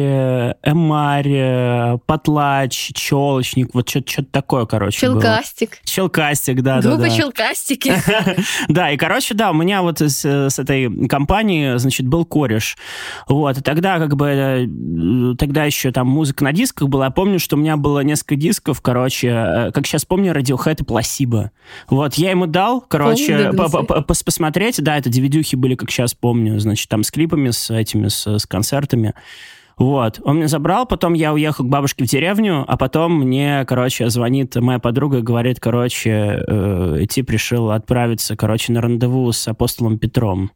эмарь, потлач, челочник, вот что-то, что-то такое, короче. Челкастик. Было. Челкастик, да, Группа да. Группа челкастики. Да, и, короче, да, у меня вот с, с этой компанией, значит, был кореш. Вот, и тогда как бы, тогда еще там музыка на дисках была. Я помню, что у меня было несколько дисков, короче, как сейчас помню, Radiohead и Placebo. Вот, я ему дал, короче, посмотреть, да, это ди ви ди-хи были, как сейчас помню, значит, там с клипами, с этими, с, с концертами. Вот, он меня забрал, потом я уехал к бабушке в деревню, а потом мне, короче, звонит моя подруга и говорит, короче, э, тип решил отправиться, короче, на рандеву с апостолом Петром.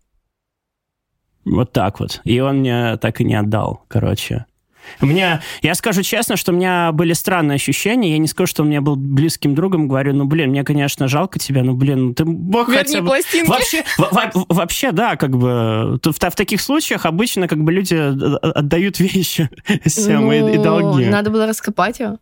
Вот так вот. И он мне так и не отдал, короче. У меня, я скажу честно, что у меня были странные ощущения. Я не скажу, что он мне был близким другом. Говорю, ну, блин, мне, конечно, жалко тебя, ну, блин, ты мог Верни хотя бы... пластинки. Вообще, в, вообще, да, как бы... В, в таких случаях обычно как бы люди отдают вещи всем, ну, и, и долги. Надо было раскопать его.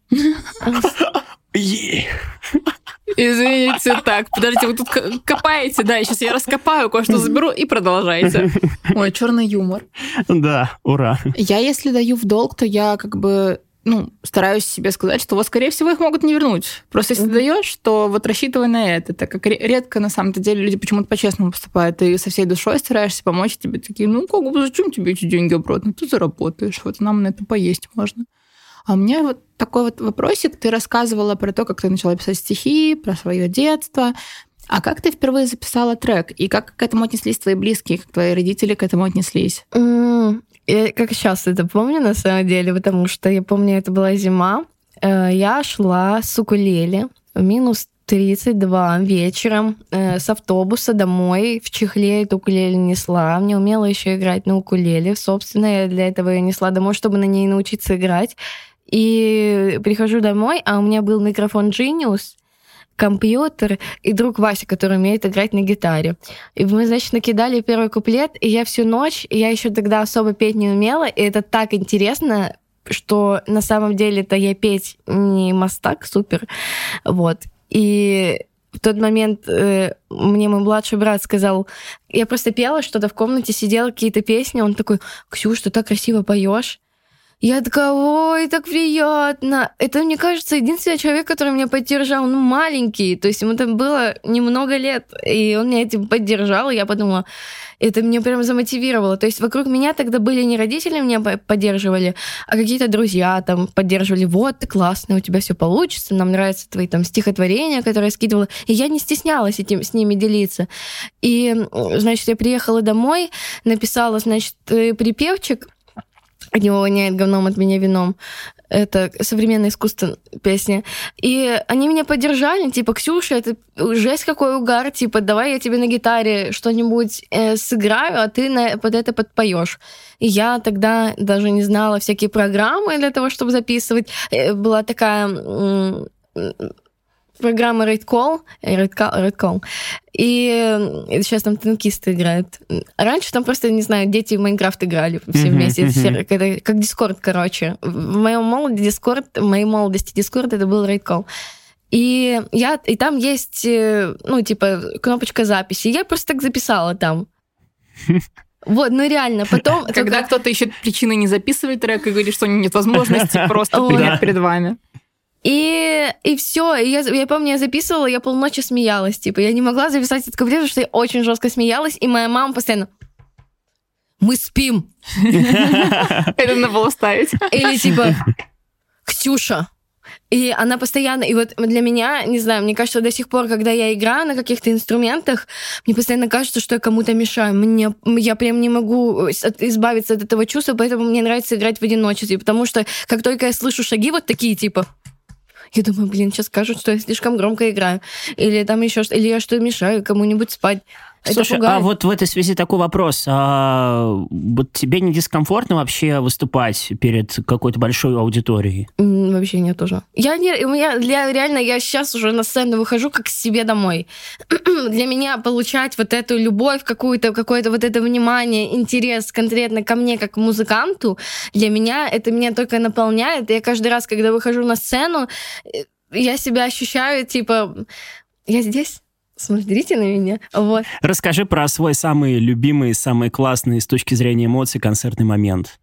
Извините, так, подождите, вы тут копаете, да, сейчас я раскопаю, кое-что заберу и продолжайте. Ой, черный юмор. Да, ура. Я, если даю в долг, то я как бы, ну, стараюсь себе сказать, что вот, скорее всего, их могут не вернуть. Просто если mm-hmm. даешь, то вот рассчитывай на это. Так как редко, на самом-то деле, люди почему-то по-честному поступают. Ты со всей душой стараешься помочь, тебе такие, ну, как бы, зачем тебе эти деньги обратно? Ты заработаешь, вот нам на это поесть можно. А у меня вот такой вот вопросик. Ты рассказывала про то, как ты начала писать стихи, про свое детство. А как ты впервые записала трек? И как к этому отнеслись твои близкие, как твои родители к этому отнеслись? Mm, я как сейчас это помню, на самом деле, потому что я помню, это была зима. Я шла с укулеле в минус тридцать два вечером с автобуса домой. В чехле эту укулеле несла. Не умела еще играть на укулеле. Собственно, я для этого ее несла домой, чтобы на ней научиться играть. И прихожу домой, а у меня был микрофон Genius, компьютер и друг Вася, который умеет играть на гитаре. И мы, значит, накидали первый куплет, и я всю ночь, и я еще тогда особо петь не умела, и это так интересно, что на самом деле-то я петь не мастак супер, вот. И в тот момент э, мне мой младший брат сказал, я просто пела что-то в комнате, сидела, какие-то песни, он такой: «Ксюш, ты так красиво поешь». Я такая: ой, так приятно. Это, мне кажется, единственный человек, который меня поддержал, ну, маленький, то есть ему там было немного лет, и он меня этим поддержал, и я подумала, это меня прям замотивировало. То есть вокруг меня тогда были не родители меня поддерживали, а какие-то друзья там поддерживали. Вот, ты классный, у тебя все получится, нам нравятся твои там стихотворения, которые я скидывала. И я не стеснялась этим с ними делиться. И, значит, я приехала домой, написала, значит, припевчик, «От него воняет говном, от меня вином». Это современное искусство песня. И они меня поддержали, типа: «Ксюша, это жесть какой угар, типа, давай я тебе на гитаре что-нибудь э, сыграю, а ты на, под это подпоешь». И я тогда даже не знала всякие программы для того, чтобы записывать. Была такая... М- программа Redcall, Redcall, Redcall. И сейчас там танкисты играют. Раньше там просто, не знаю, дети в Майнкрафт играли все вместе. Все, это, как Дискорд, короче. В моем молодости Дискорд, в моей молодости Дискорд это был Redcall. И, я, и там есть, ну, типа, кнопочка записи. Я просто так записала там. Вот, ну реально, потом... Когда только... кто-то ищет причины не записывать трек и говорит, что нет возможности, просто пример перед вами. И, и все. И я, я помню, я записывала, я полночи смеялась. Типа, я не могла записать этот куплет, потому что я очень жестко смеялась, и моя мама постоянно: «Мы спим». Это надо было ставить. Или типа: «Ксюша». И она постоянно... И вот для меня, не знаю, мне кажется, до сих пор, когда я играю на каких-то инструментах, мне постоянно кажется, что я кому-то мешаю. Мне, я прям не могу избавиться от этого чувства, поэтому мне нравится играть в одиночестве, потому что как только я слышу шаги вот такие, типа... Я думаю, блин, сейчас скажут, что я слишком громко играю. Или там еще что-то, или я что-то мешаю кому-нибудь спать. Слушай, а вот в этой связи такой вопрос. А вот тебе не дискомфортно вообще выступать перед какой-то большой аудиторией? Вообще нет уже. Я, не, у меня, для, реально, я сейчас уже на сцену выхожу как к себе домой. Для меня получать вот эту любовь, какую-то, какое-то вот это внимание, интерес конкретно ко мне как к музыканту, для меня это меня только наполняет. Я каждый раз, когда выхожу на сцену, я себя ощущаю, типа, я здесь. Смотрите на меня. Вот. Расскажи про свой самый любимый, самый классный с точки зрения эмоций концертный момент.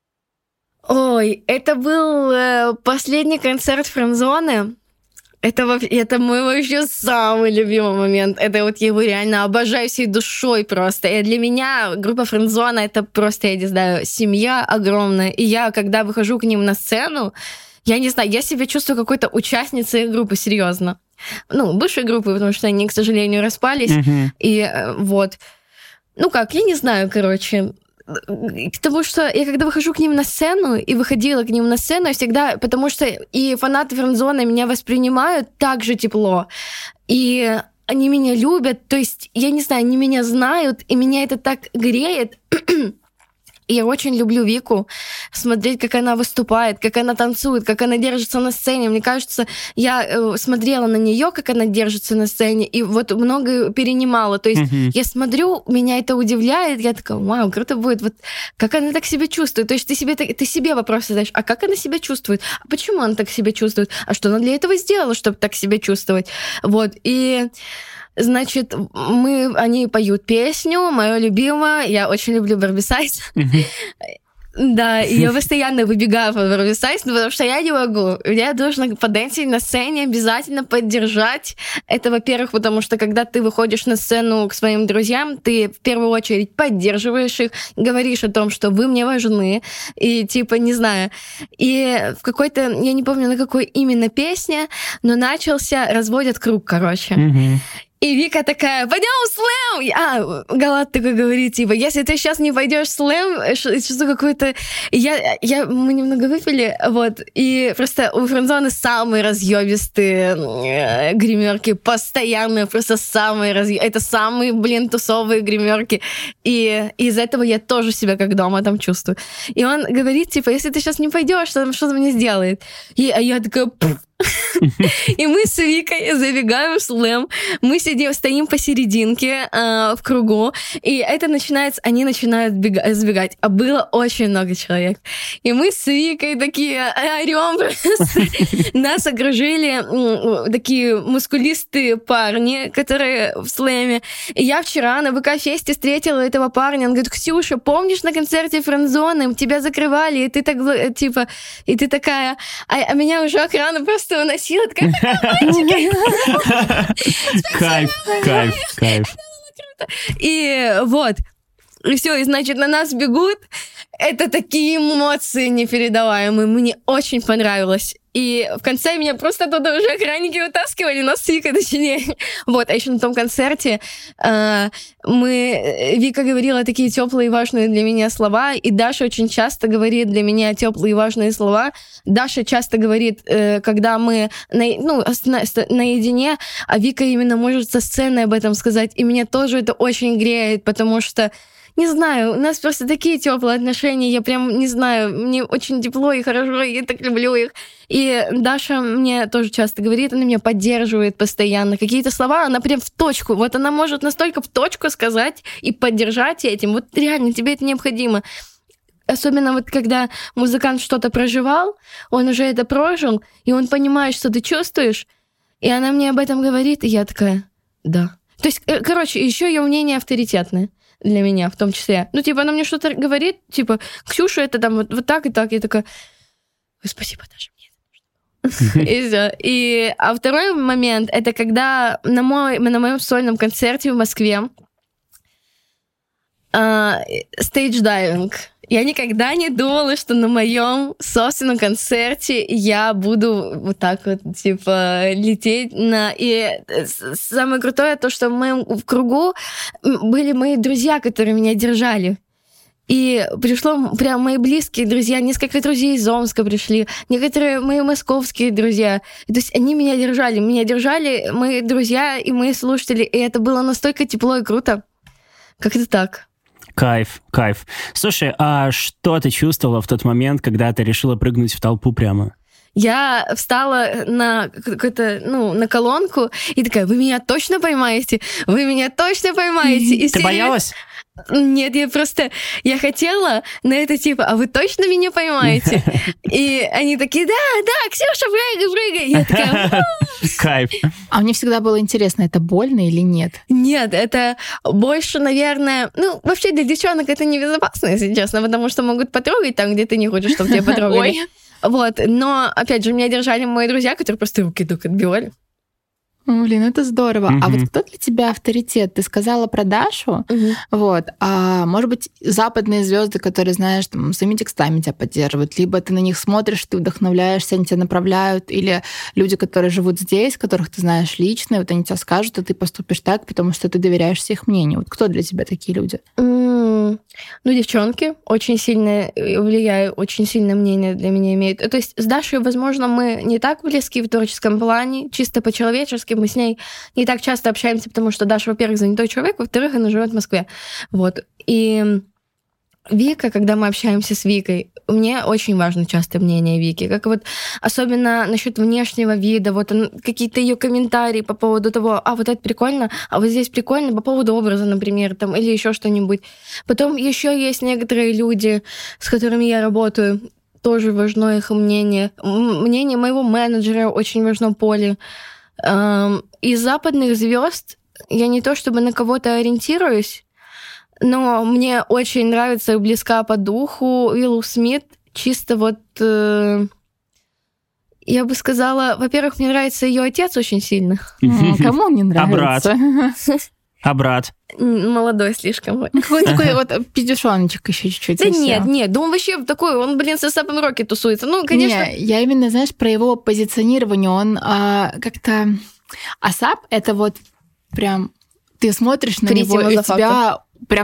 Ой, это был э, последний концерт Френдзоны. Это, это мой вообще самый любимый момент. Это вот я его реально обожаю всей душой просто. И для меня группа Френдзона — это просто, я не знаю, семья огромная. И я, когда выхожу к ним на сцену, я не знаю, я себя чувствую какой-то участницей группы, серьезно. Ну, бывшей группы, потому что они, к сожалению, распались. Uh-huh. И э, вот. Ну как, я не знаю, короче. Потому что я когда выхожу к ним на сцену, и выходила к ним на сцену, я всегда... Потому что и фанаты Френдзоны меня воспринимают так же тепло. И они меня любят. То есть, я не знаю, они меня знают, и меня это так греет. И я очень люблю Вику, смотреть, как она выступает, как она танцует, как она держится на сцене. Мне кажется, я э, смотрела на нее, как она держится на сцене, и вот многое перенимала. То есть uh-huh. я смотрю, меня это удивляет, я такая: вау, круто будет. Вот как она так себя чувствует. То есть ты себе, ты себе вопрос задаешь: а как она себя чувствует? А почему она так себя чувствует? А что она для этого сделала, чтобы так себя чувствовать? Вот, и... Значит, мы, они поют песню, мою любимую. Я очень люблю Барбисайз. Mm-hmm. Да, и я постоянно выбегаю под Барбисайз, потому что я не могу. Я должна подэнсить на сцене, обязательно поддержать. Это, во-первых, потому что когда ты выходишь на сцену к своим друзьям, ты в первую очередь поддерживаешь их, говоришь о том, что вы мне важны, и типа, не знаю. И в какой-то, я не помню, на какой именно песне, но начался «Разводят круг», короче. Mm-hmm. И Вика такая: пойдем в слэм! А, Галат такой говорит, типа, если ты сейчас не пойдешь в слэм, что-то какое-то... Я, я, мы немного выпили, вот, и просто у Френдзоны самые разъебистые э, гримерки, постоянные, просто самые разъебистые. Это самые, блин, тусовые гримерки. И из этого я тоже себя как дома там чувствую. И он говорит, типа, если ты сейчас не пойдешь, что, что ты мне сделает? И а я такая... И мы с Викой забегаем в слэм. Мы сидим, стоим посерединке э, в кругу. И это начинается, они начинают бега- сбегать. А было очень много человек. И мы с Викой такие орём просто. Нас окружили такие мускулистые парни, которые в слэме. И я вчера на ВК-фесте встретила этого парня. Он говорит: Ксюша, помнишь на концерте Френдзоны? Тебя закрывали, и ты так, типа, и ты такая... А, а меня уже охрана просто уносила, такая: Кайф, кайф, кайф. И вот. И все, и значит, на нас бегут. Это такие эмоции непередаваемые. Мне очень понравилось. И в конце меня просто оттуда уже охранники вытаскивали, нас с Викой точнее. Вот, а еще на том концерте э, мы... Вика говорила такие теплые и важные для меня слова, и Даша очень часто говорит для меня теплые и важные слова. Даша часто говорит, э, когда мы на, ну, на, наедине, а Вика именно может со сцены об этом сказать. И меня тоже это очень греет, потому что не знаю, у нас просто такие теплые отношения, я прям не знаю, мне очень тепло и хорошо, я так люблю их. И Даша мне тоже часто говорит, она меня поддерживает постоянно. Какие-то слова, она прям в точку. Вот она может настолько в точку сказать и поддержать этим. Вот реально, тебе это необходимо. Особенно вот когда музыкант что-то проживал, он уже это прожил, и он понимает, что ты чувствуешь, и она мне об этом говорит, и я такая: да. То есть, короче, еще ее мнение авторитетное для меня в том числе. Ну, типа, она мне что-то говорит, типа: Ксюша, это там вот, вот так и так. Я такая: спасибо, Даша, мне это нужно. И все. И, а второй момент, это когда на, мой, на моем сольном концерте в Москве стейдж-дайвинг. Я никогда не думала, что на моем собственном концерте я буду вот так вот, типа, лететь на... И самое крутое то, что мы в кругу были мои друзья, которые меня держали. И пришло прям мои близкие друзья, несколько друзей из Омска пришли, некоторые мои московские друзья. То есть они меня держали, меня держали мои друзья и мои слушатели, и это было настолько тепло и круто. Как-то так. Кайф, кайф. Слушай, а что ты чувствовала в тот момент, когда ты решила прыгнуть в толпу прямо? Я встала на какую-то, ну, на колонку и такая: вы меня точно поймаете? Вы меня точно поймаете? И ты все... боялась? Нет, я просто... Я хотела на это типа: а вы точно меня поймаете? И они такие: да, да, Ксюша, прыгай, прыгай. Я такая: кайф. А мне всегда было интересно, это больно или нет? Нет, это больше, наверное... Ну, вообще для девчонок это небезопасно, если честно, потому что могут потрогать там, где ты не хочешь, чтобы тебя потрогали. Вот, но, опять же, меня держали мои друзья, которые просто руки только отбивали. Блин, это здорово. Mm-hmm. А вот кто для тебя авторитет? Ты сказала про Дашу, Mm-hmm. вот. А может быть, западные звезды, которые, знаешь, там, своими текстами тебя поддерживают, либо ты на них смотришь, ты вдохновляешься, они тебя направляют, или люди, которые живут здесь, которых ты знаешь лично, и вот они тебе скажут, и ты поступишь так, потому что ты доверяешься их мнению. Вот кто для тебя такие люди? Mm-hmm. Ну, девчонки очень сильно влияют, очень сильное мнение для меня имеют. То есть с Дашей, возможно, мы не так близки в творческом плане, чисто по-человечески. Мы с ней не так часто общаемся, потому что Даша, во-первых, занятой человек, во-вторых, она живет в Москве. Вот. И Вика, когда мы общаемся с Викой, мне очень важно часто мнение Вики. Как вот особенно насчет внешнего вида, вот он, какие-то ее комментарии по поводу того: а вот это прикольно, а вот здесь прикольно, по поводу образа, например, там, или еще что-нибудь. Потом еще есть некоторые люди, с которыми я работаю, тоже важно их мнение. Мнение моего менеджера очень важно в поле. Из западных звезд я не то чтобы на кого-то ориентируюсь, но мне очень нравится и близка по духу Уиллу Смит. Чисто вот... Э, я бы сказала, во-первых, мне нравится ее отец очень сильно. Кому он не нравится? А брат? А брат? Молодой слишком. Какой такой вот пиздюшоночек еще чуть-чуть. Да нет, нет, да он вообще такой, он, блин, с Эсапом Роки тусуется. Ну, конечно... Не, я именно, знаешь, про его позиционирование. Он а, как-то... Асап — это вот прям... Ты смотришь на него, и у тебя прям так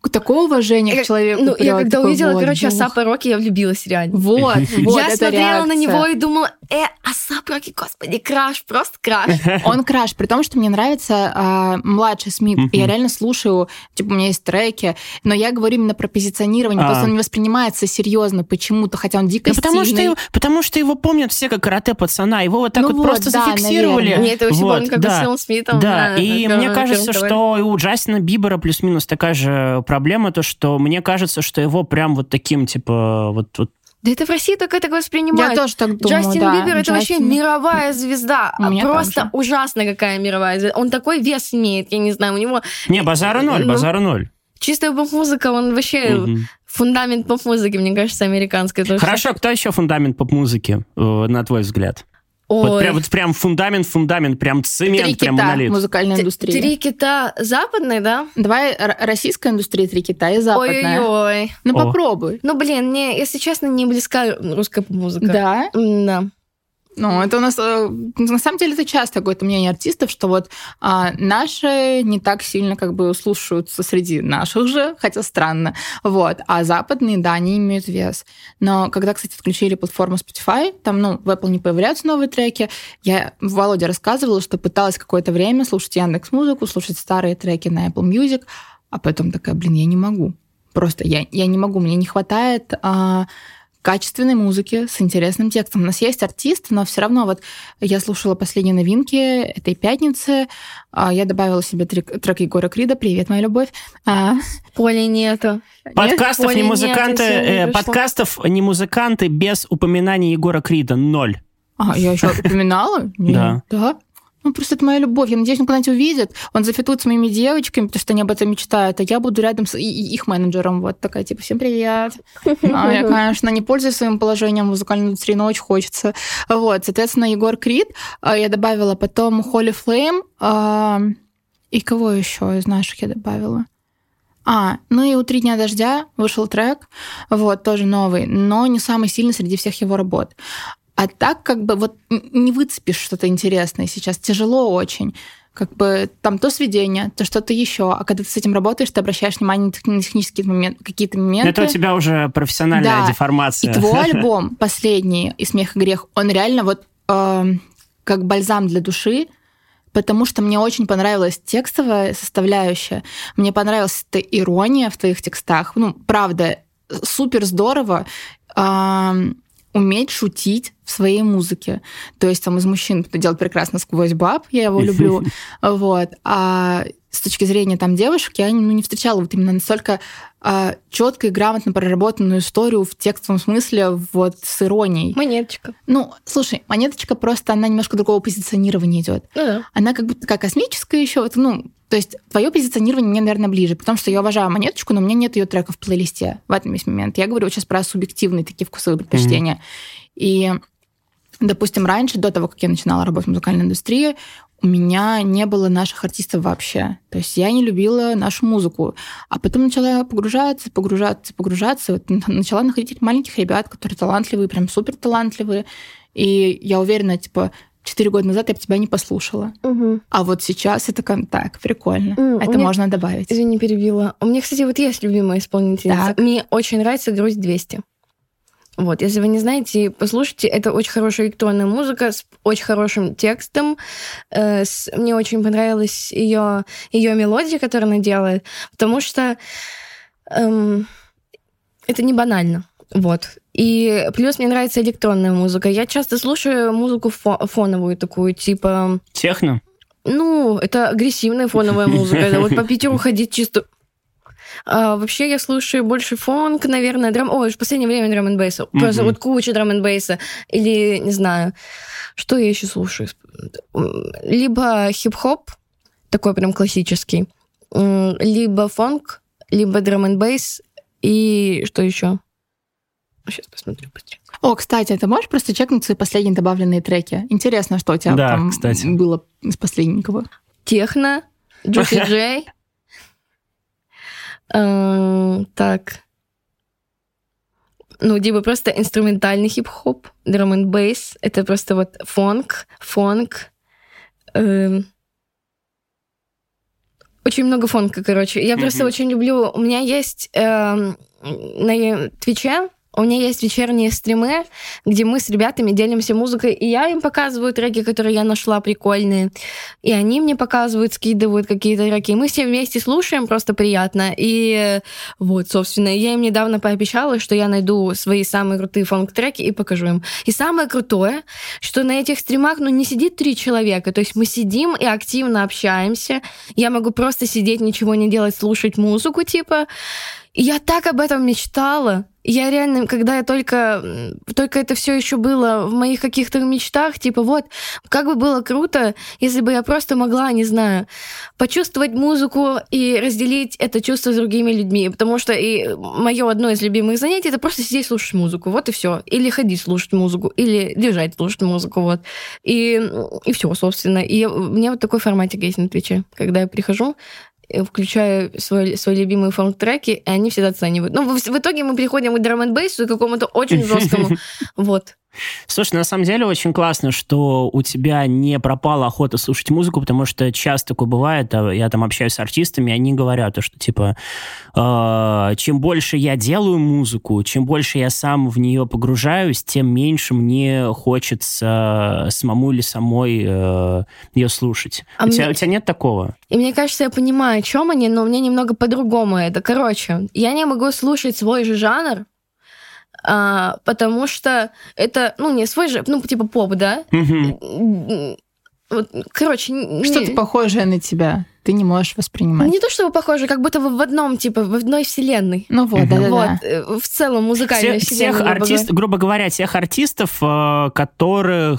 такое уважение к человеку. Ну, я когда такой, увидела, вот, короче, бух. Асапа Роки, я влюбилась реально. Вот, вот Я эта смотрела реакция. на него и думала, э, Асап Роки, господи, краш, просто краш. Он краш, при том, что мне нравится а, младший Смит. Мгм. Я реально слушаю, типа, у меня есть треки, но я говорю именно про позиционирование, А. просто он не воспринимается серьезно почему-то, хотя он дико Да потому что, стильный. его, потому что его помнят все как карате-пацана. Его вот так Ну вот, вот, просто да, зафиксировали. наверное. Мне это вообще Вот, помню, как да. с Уиллом Смитом. Да, на- и на мне Первом кажется, ТВ. что и у Джастина Бибера плюс-минус такая же проблема, то, что мне кажется, что его прям вот таким, типа, вот, вот Да это в России только так воспринимают. Я тоже так думаю, Джастин да. Бибер — это вообще Джастин- мировая звезда. У меня Просто так же. ужасно какая мировая звезда. Он такой вес имеет, я не знаю, у него Не, базара ноль, Ну, базара ноль. чистая поп-музыка, он вообще Мгм. фундамент поп-музыки, мне кажется, американской. Потому что- Хорошо, кто еще фундамент поп-музыки, э, на твой взгляд? Ой. Вот прям, вот прям фундамент, фундамент, прям цемент, Три прям кита монолит. музыкальной Т- индустрии. Три кита западной, да? Давай р- российская индустрия, три кита и западная. Ой-ой-ой. Ну О. попробуй. Ну, блин, мне, если честно, не близка русская поп-музыка. Да. М, Да. Ну, это у нас, э, на самом деле, это часто какое-то мнение артистов, что вот а, наши не так сильно как бы слушаются среди наших же, хотя странно, вот, а западные, да, они имеют вес. Но когда, кстати, отключили платформу Spotify, там, ну, в Apple не появляются новые треки, я, Володя рассказывала, что пыталась какое-то время слушать Яндекс.Музыку, слушать старые треки на Apple Music, а потом такая, блин, я не могу. Просто я, я не могу, мне не хватает... А, качественной музыки с интересным текстом. У нас есть артист, но все равно вот я слушала последние новинки этой пятницы, а, я добавила себе трек, трек Егора Крида «Привет, моя любовь». А, Поля нету. Подкастов Поля не нет, музыканты, я сегодня э, пришла. подкастов не музыканты без упоминания Егора Крида ноль. а, я еще упоминала? Да. Да. Ну, просто это моя любовь. Я надеюсь, он когда-нибудь увидит. Он зафитует с моими девочками, потому что они об этом мечтают, а я буду рядом с и- и их менеджером. Вот такая, типа, всем привет. А я, конечно, не пользуюсь своим положением в музыкальной индустрии, но очень хочется. Вот, соответственно, Егор Крид. а, Я добавила потом Holy Flame. а, И кого еще из наших я добавила? А, ну и у «Три дня дождя» вышел трек, вот, тоже новый, но не самый сильный среди всех его работ. А так как бы вот н- не выцепишь что-то интересное сейчас, тяжело очень. Как бы там то сведение, то что-то еще. А когда ты с этим работаешь, ты обращаешь внимание на тех- на технические момент, какие-то моменты. Это у тебя уже профессиональная Да. деформация. И твой альбом последний «И смех и грех», он реально вот эм, как бальзам для души, потому что мне очень понравилась текстовая составляющая. Мне понравилась эта ирония в твоих текстах. Ну, правда, супер здорово эм, уметь шутить в своей музыке. То есть там из мужчин это делать прекрасно сквозь баб, я его люблю. Вот. А с точки зрения там девушек я ну, не встречала вот именно настолько а, четко и грамотно проработанную историю в текстовом смысле вот с иронией. Монеточка. Ну, слушай, монеточка просто, она немножко другого позиционирования идет. Ну да. Она как будто такая космическая еще, вот, ну, то есть твое позиционирование мне, наверное, ближе, потому что я уважаю монеточку, но у меня нет ее трека в плейлисте. В этом есть момент. Я говорю сейчас про субъективные такие вкусовые предпочтения. Mm-hmm. И, допустим, раньше, до того, как я начинала работать в музыкальной индустрии, у меня не было наших артистов вообще. То есть я не любила нашу музыку. А потом начала погружаться, погружаться, погружаться. Вот начала находить маленьких ребят, которые талантливые, прям супер талантливые. И я уверена, типа, четыре года назад я бы тебя не послушала. Угу. А вот сейчас это так, прикольно. Mm, это меня... можно добавить. Извини, перебила. У меня, кстати, вот есть любимая исполнительница. Так. Мне очень нравится «Грусть двести». Вот, если вы не знаете, послушайте, это очень хорошая электронная музыка с очень хорошим текстом. Э, с, мне очень понравилась ее, ее мелодия, которую она делает, потому что эм, это не банально. Вот. И плюс мне нравится электронная музыка. Я часто слушаю музыку фо- фоновую такую, типа... Техно? Ну, это агрессивная фоновая музыка. Это вот по Питеру ходить чисто... А, вообще я слушаю больше фонк, наверное, драм... Ой, в последнее время драм н бейса. Mm-hmm. Просто вот куча драм н бейса. Или, не знаю, что я еще слушаю? Либо хип-хоп, такой прям классический, либо фонк, либо драм н бейс, и что еще? Сейчас посмотрю быстрее. О, кстати, ты можешь просто чекнуть свои последние добавленные треки? Интересно, что у тебя да, там кстати. было из последнего. Техно, Джуси Джей. Так. Ну, либо просто инструментальный хип-хоп, драм н бейс. Это просто вот фонк, фонк. Очень очень много фонка, короче. Я просто очень люблю... У меня есть э, на Твиче у меня есть вечерние стримы, где мы с ребятами делимся музыкой, и я им показываю треки, которые я нашла прикольные, и они мне показывают, скидывают какие-то треки, и мы все вместе слушаем, просто приятно. И вот, собственно, я им недавно пообещала, что я найду свои самые крутые фонк-треки и покажу им. И самое крутое, что на этих стримах, ну, не сидит три человека, то есть мы сидим и активно общаемся, я могу просто сидеть, ничего не делать, слушать музыку, типа, и я так об этом мечтала. Я реально, когда я только, только это все еще было в моих каких-то мечтах, типа вот, как бы было круто, если бы я просто могла, не знаю, почувствовать музыку и разделить это чувство с другими людьми, потому что и мое одно из любимых занятий — это просто сидеть слушать музыку, вот и все, или ходить слушать музыку, или лежать слушать музыку, вот, и, и все, собственно. И у меня вот такой форматик есть на Твиче, когда я прихожу, включаю свой, свои любимые фонк-треки, и они всегда оценивают. Ну, в, в итоге мы переходим к драм-н-бейсу, к какому-то очень жесткому. Вот. Слушай, на самом деле очень классно, что у тебя не пропала охота слушать музыку, потому что часто такое бывает, я там общаюсь с артистами, они говорят, что типа э, чем больше я делаю музыку, чем больше я сам в нее погружаюсь, тем меньше мне хочется самому или самой э, ее слушать. А у, мне... тебя, у тебя нет такого? И мне кажется, я понимаю, о чем они, но у меня немного по-другому это. Короче, я не могу слушать свой же жанр, А, потому что это, ну, не свой же, ну, типа поп, да? Mm-hmm. Вот, короче... Что-то не... похожее на тебя ты не можешь воспринимать. Не то чтобы похоже, как будто в одном, типа, в одной вселенной. Ну вот, да-да-да. Вот, в целом музыкальная Все, вселенная. Всех артистов, грубо говоря, тех артистов, которых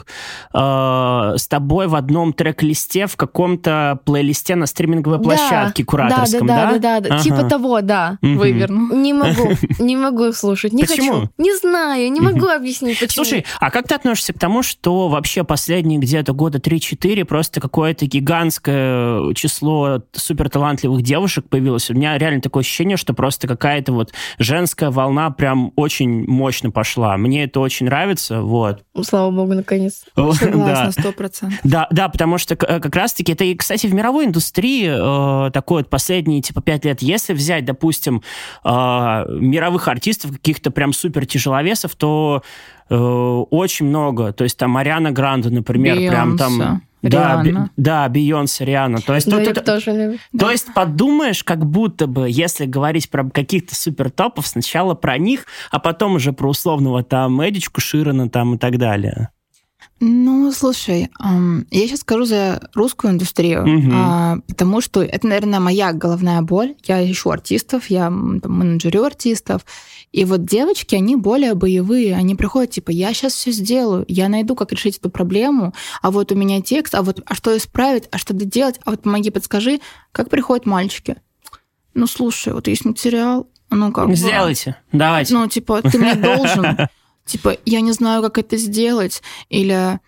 э, с тобой в одном трек-листе, в каком-то плейлисте на стриминговой площадке да, кураторском, да? Да, да, да, да. Ага. Типа того, да. Угу. Выверну. Не могу, не могу слушать, не почему? Хочу. Не знаю, не могу объяснить, почему. Слушай, а как ты относишься к тому, что вообще последние где-то года три-четыре просто какое-то гигантское число суперталантливых девушек появилось? У меня реально такое ощущение, что просто какая-то вот женская волна прям очень мощно пошла. Мне это очень нравится, вот. Слава богу, наконец. Согласна, сто процентов. Да, да, потому что как раз-таки это, и, кстати, в мировой индустрии э, такой вот последние типа пять лет, если взять, допустим, э, мировых артистов, каких-то прям супер тяжеловесов, то э, очень много. То есть там Ариана Гранде, например, Бейонсе. Прям там... Да, би, да, Бейонсе, Риhanna. То есть, да, тут, я это, тоже люблю. То есть подумаешь, как будто бы, если говорить про каких-то супертопов, сначала про них, а потом уже про условного там Эдичку Ширана там и так далее. Ну, слушай, эм, я сейчас скажу за русскую индустрию, угу. э, потому что это, наверное, моя головная боль. Я ищу артистов, я там, менеджерю артистов. И вот девочки, они более боевые. Они приходят, типа, я сейчас все сделаю, я найду, как решить эту проблему, а вот у меня текст, а вот а что исправить, а что доделать, а вот помоги, подскажи. Как приходят мальчики? Ну, слушай, вот есть материал, ну как Сделайте, бы, давайте. Ну, типа, ты мне должен... Типа, я не знаю, как это сделать, или...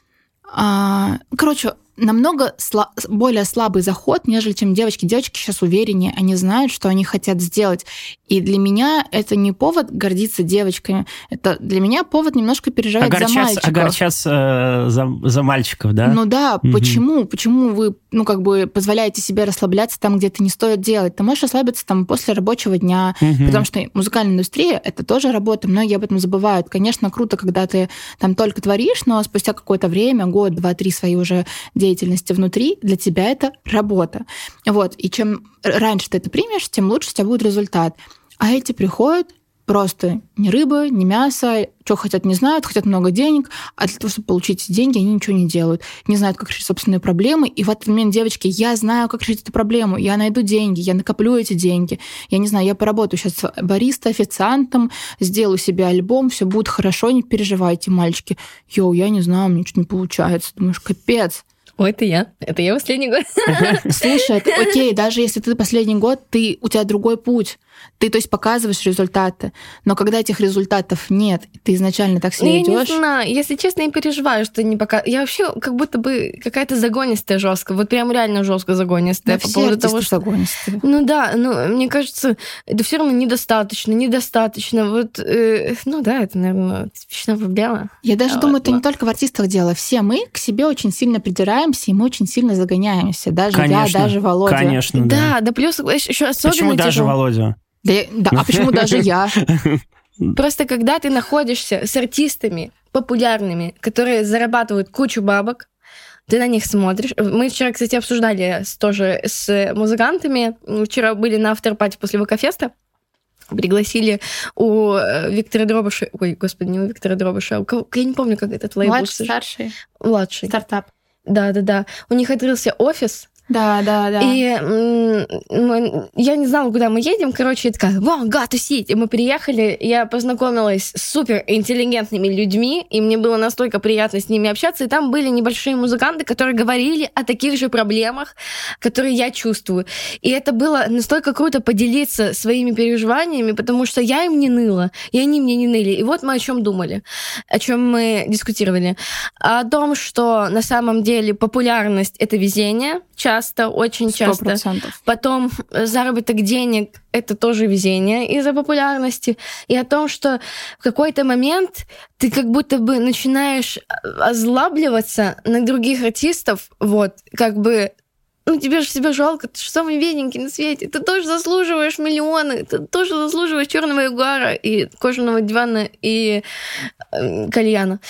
А, короче, намного сла- более слабый заход, нежели чем девочки. Девочки сейчас увереннее, они знают, что они хотят сделать. И для меня это не повод гордиться девочками, это для меня повод немножко переживать огорчаться, за мальчиков. Огорчаться э, за, за мальчиков, да? Ну да, угу. почему? Почему вы, ну, как бы позволяете себе расслабляться там, где это не стоит делать? Ты можешь расслабиться там после рабочего дня, угу. потому что музыкальная индустрия — это тоже работа, многие об этом забывают. Конечно, круто, когда ты там только творишь, но спустя какое-то время, год, два, три свои уже деятельности внутри, для тебя это работа. Вот. И чем раньше ты это примешь, тем лучше у тебя будет результат. А эти приходят просто ни рыба, ни мясо, что хотят, не знают, хотят много денег, а для того, чтобы получить эти деньги, они ничего не делают. Не знают, как решить собственные проблемы. И в этот момент, девочки, я знаю, как решить эту проблему. Я найду деньги, я накоплю эти деньги. Я не знаю, я поработаю сейчас бариста, официантом, сделаю себе альбом, все будет хорошо, не переживайте, мальчики. Йоу, я не знаю, мне что-то не получается. Думаешь, капец. Ой, это я. Это я последний год. Слушай, это окей, даже если ты последний год, ты, у тебя другой путь. Ты, то есть, показываешь результаты. Но когда этих результатов нет, ты изначально так себя идёшь. Я не знаю. Если честно, я переживаю, что не пока. Я вообще как будто бы какая-то загонистая жестко. Вот прям реально жестко загонистая. Да, по все поводу того, что загонистые. Ну да, ну мне кажется, это все равно недостаточно, недостаточно. Вот, э, ну да, это, наверное, типичная проблема. Я даже а думаю, вот, это но... не только в артистах дело. Все мы к себе очень сильно придираем загоняемся, и мы очень сильно загоняемся. Даже конечно, я, даже Володя. Конечно, да. Да, да плюс еще особенно Почему даже тяжело. Володя? Да, да, а почему даже я? Просто когда ты находишься с артистами популярными, которые зарабатывают кучу бабок, ты на них смотришь. Мы вчера, кстати, обсуждали тоже с музыкантами. Вчера были на автор-пати после ВК-феста. Пригласили у Виктора Дробыша... Ой, господи, не у Виктора Дробыша, а у кого... Я не помню, как этот лейбл. Младший, старший? Младший. Стартап. Да-да-да. У них открылся офис. Да, да, да. И м- м- я не знала, куда мы едем. Короче, я такая, вау, га, тусить. И мы приехали, я познакомилась с супер интеллигентными людьми, и мне было настолько приятно с ними общаться. И там были небольшие музыканты, которые говорили о таких же проблемах, которые я чувствую. И это было настолько круто поделиться своими переживаниями, потому что я им не ныла, и они мне не ныли. И вот мы о чем думали, о чем мы дискутировали. О том, что на самом деле популярность — это везение, часто, очень часто. сто процентов. Потом заработок денег — это тоже везение из-за популярности. И о том, что в какой-то момент ты как будто бы начинаешь озлабливаться на других артистов, вот, как бы, ну, тебе же себя жалко, ты же самый бедненький на свете, ты тоже заслуживаешь миллионы, ты тоже заслуживаешь черного ягуара и кожаного дивана и э, кальяна.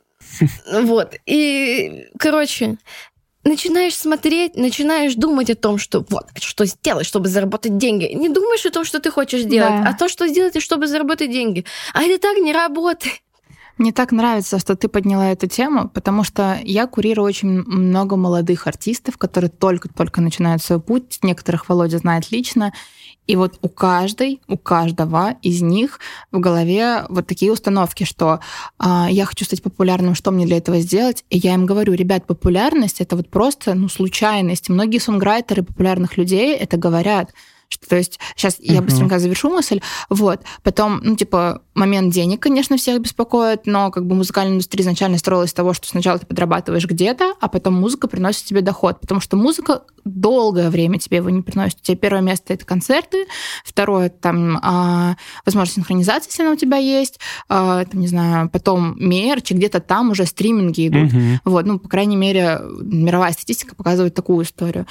Вот. И, короче, начинаешь смотреть, начинаешь думать о том, что вот, что сделать, чтобы заработать деньги. Не думаешь о том, что ты хочешь сделать, Да. а то, что сделать, чтобы заработать деньги. А это так не работает. Мне так нравится, что ты подняла эту тему, потому что я курирую очень много молодых артистов, которые только-только начинают свой путь. Некоторых Володя знает лично. И вот у каждой, у каждого из них в голове вот такие установки, что а, я хочу стать популярным, что мне для этого сделать? И я им говорю, ребят, популярность — это вот просто ну, случайность. Многие сонграйтеры популярных людей это говорят. Что, то есть сейчас uh-huh. я быстренько завершу мысль. Вот. Потом, ну, типа, момент денег, конечно, всех беспокоит, но как бы музыкальная индустрия изначально строилась с того, что сначала ты подрабатываешь где-то, а потом музыка приносит тебе доход. Потому что музыка долгое время тебе его не приносит. У тебя первое место — это концерты, второе — там, а, возможно, синхронизация, если она у тебя есть, а, там, не знаю, потом мерч, и где-то там уже стриминги идут. Uh-huh. Вот. Ну, по крайней мере, мировая статистика показывает такую историю.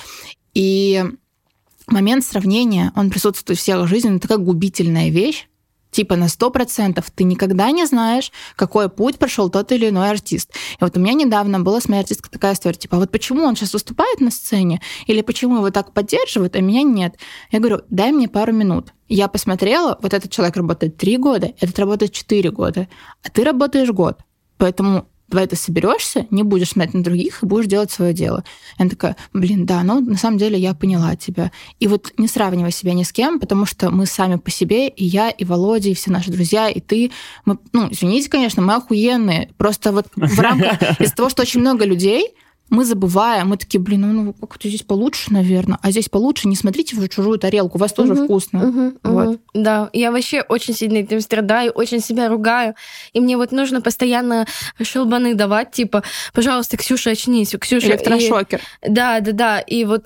И момент сравнения, он присутствует в всех жизни, это такая губительная вещь. Типа на сто процентов ты никогда не знаешь, какой путь прошел тот или иной артист. И вот у меня недавно была с моей артисткой такая история, типа, а вот почему он сейчас выступает на сцене, или почему его так поддерживают, а меня нет? Я говорю, дай мне пару минут. Я посмотрела, вот этот человек работает три года, этот работает четыре года, а ты работаешь год. Поэтому давай ты соберешься, не будешь смотреть на других и будешь делать свое дело. И она такая, блин, да, ну на самом деле я поняла тебя. И вот не сравнивай себя ни с кем, потому что мы сами по себе, и я, и Володя, и все наши друзья, и ты, мы, ну, извините, конечно, мы охуенные. Просто вот в рамках из-за того, что очень много людей, мы забываем, мы такие, блин, ну, ну как-то здесь получше, наверное, а здесь получше, не смотрите в чужую тарелку, у вас тоже Мгм, вкусно. мгм, Вот. мгм. Да, я вообще очень сильно этим страдаю, очень себя ругаю, и мне вот нужно постоянно шелбаны давать, типа, пожалуйста, Ксюша, очнись, Ксюша. Электрошокер. И- Да, да, да, и вот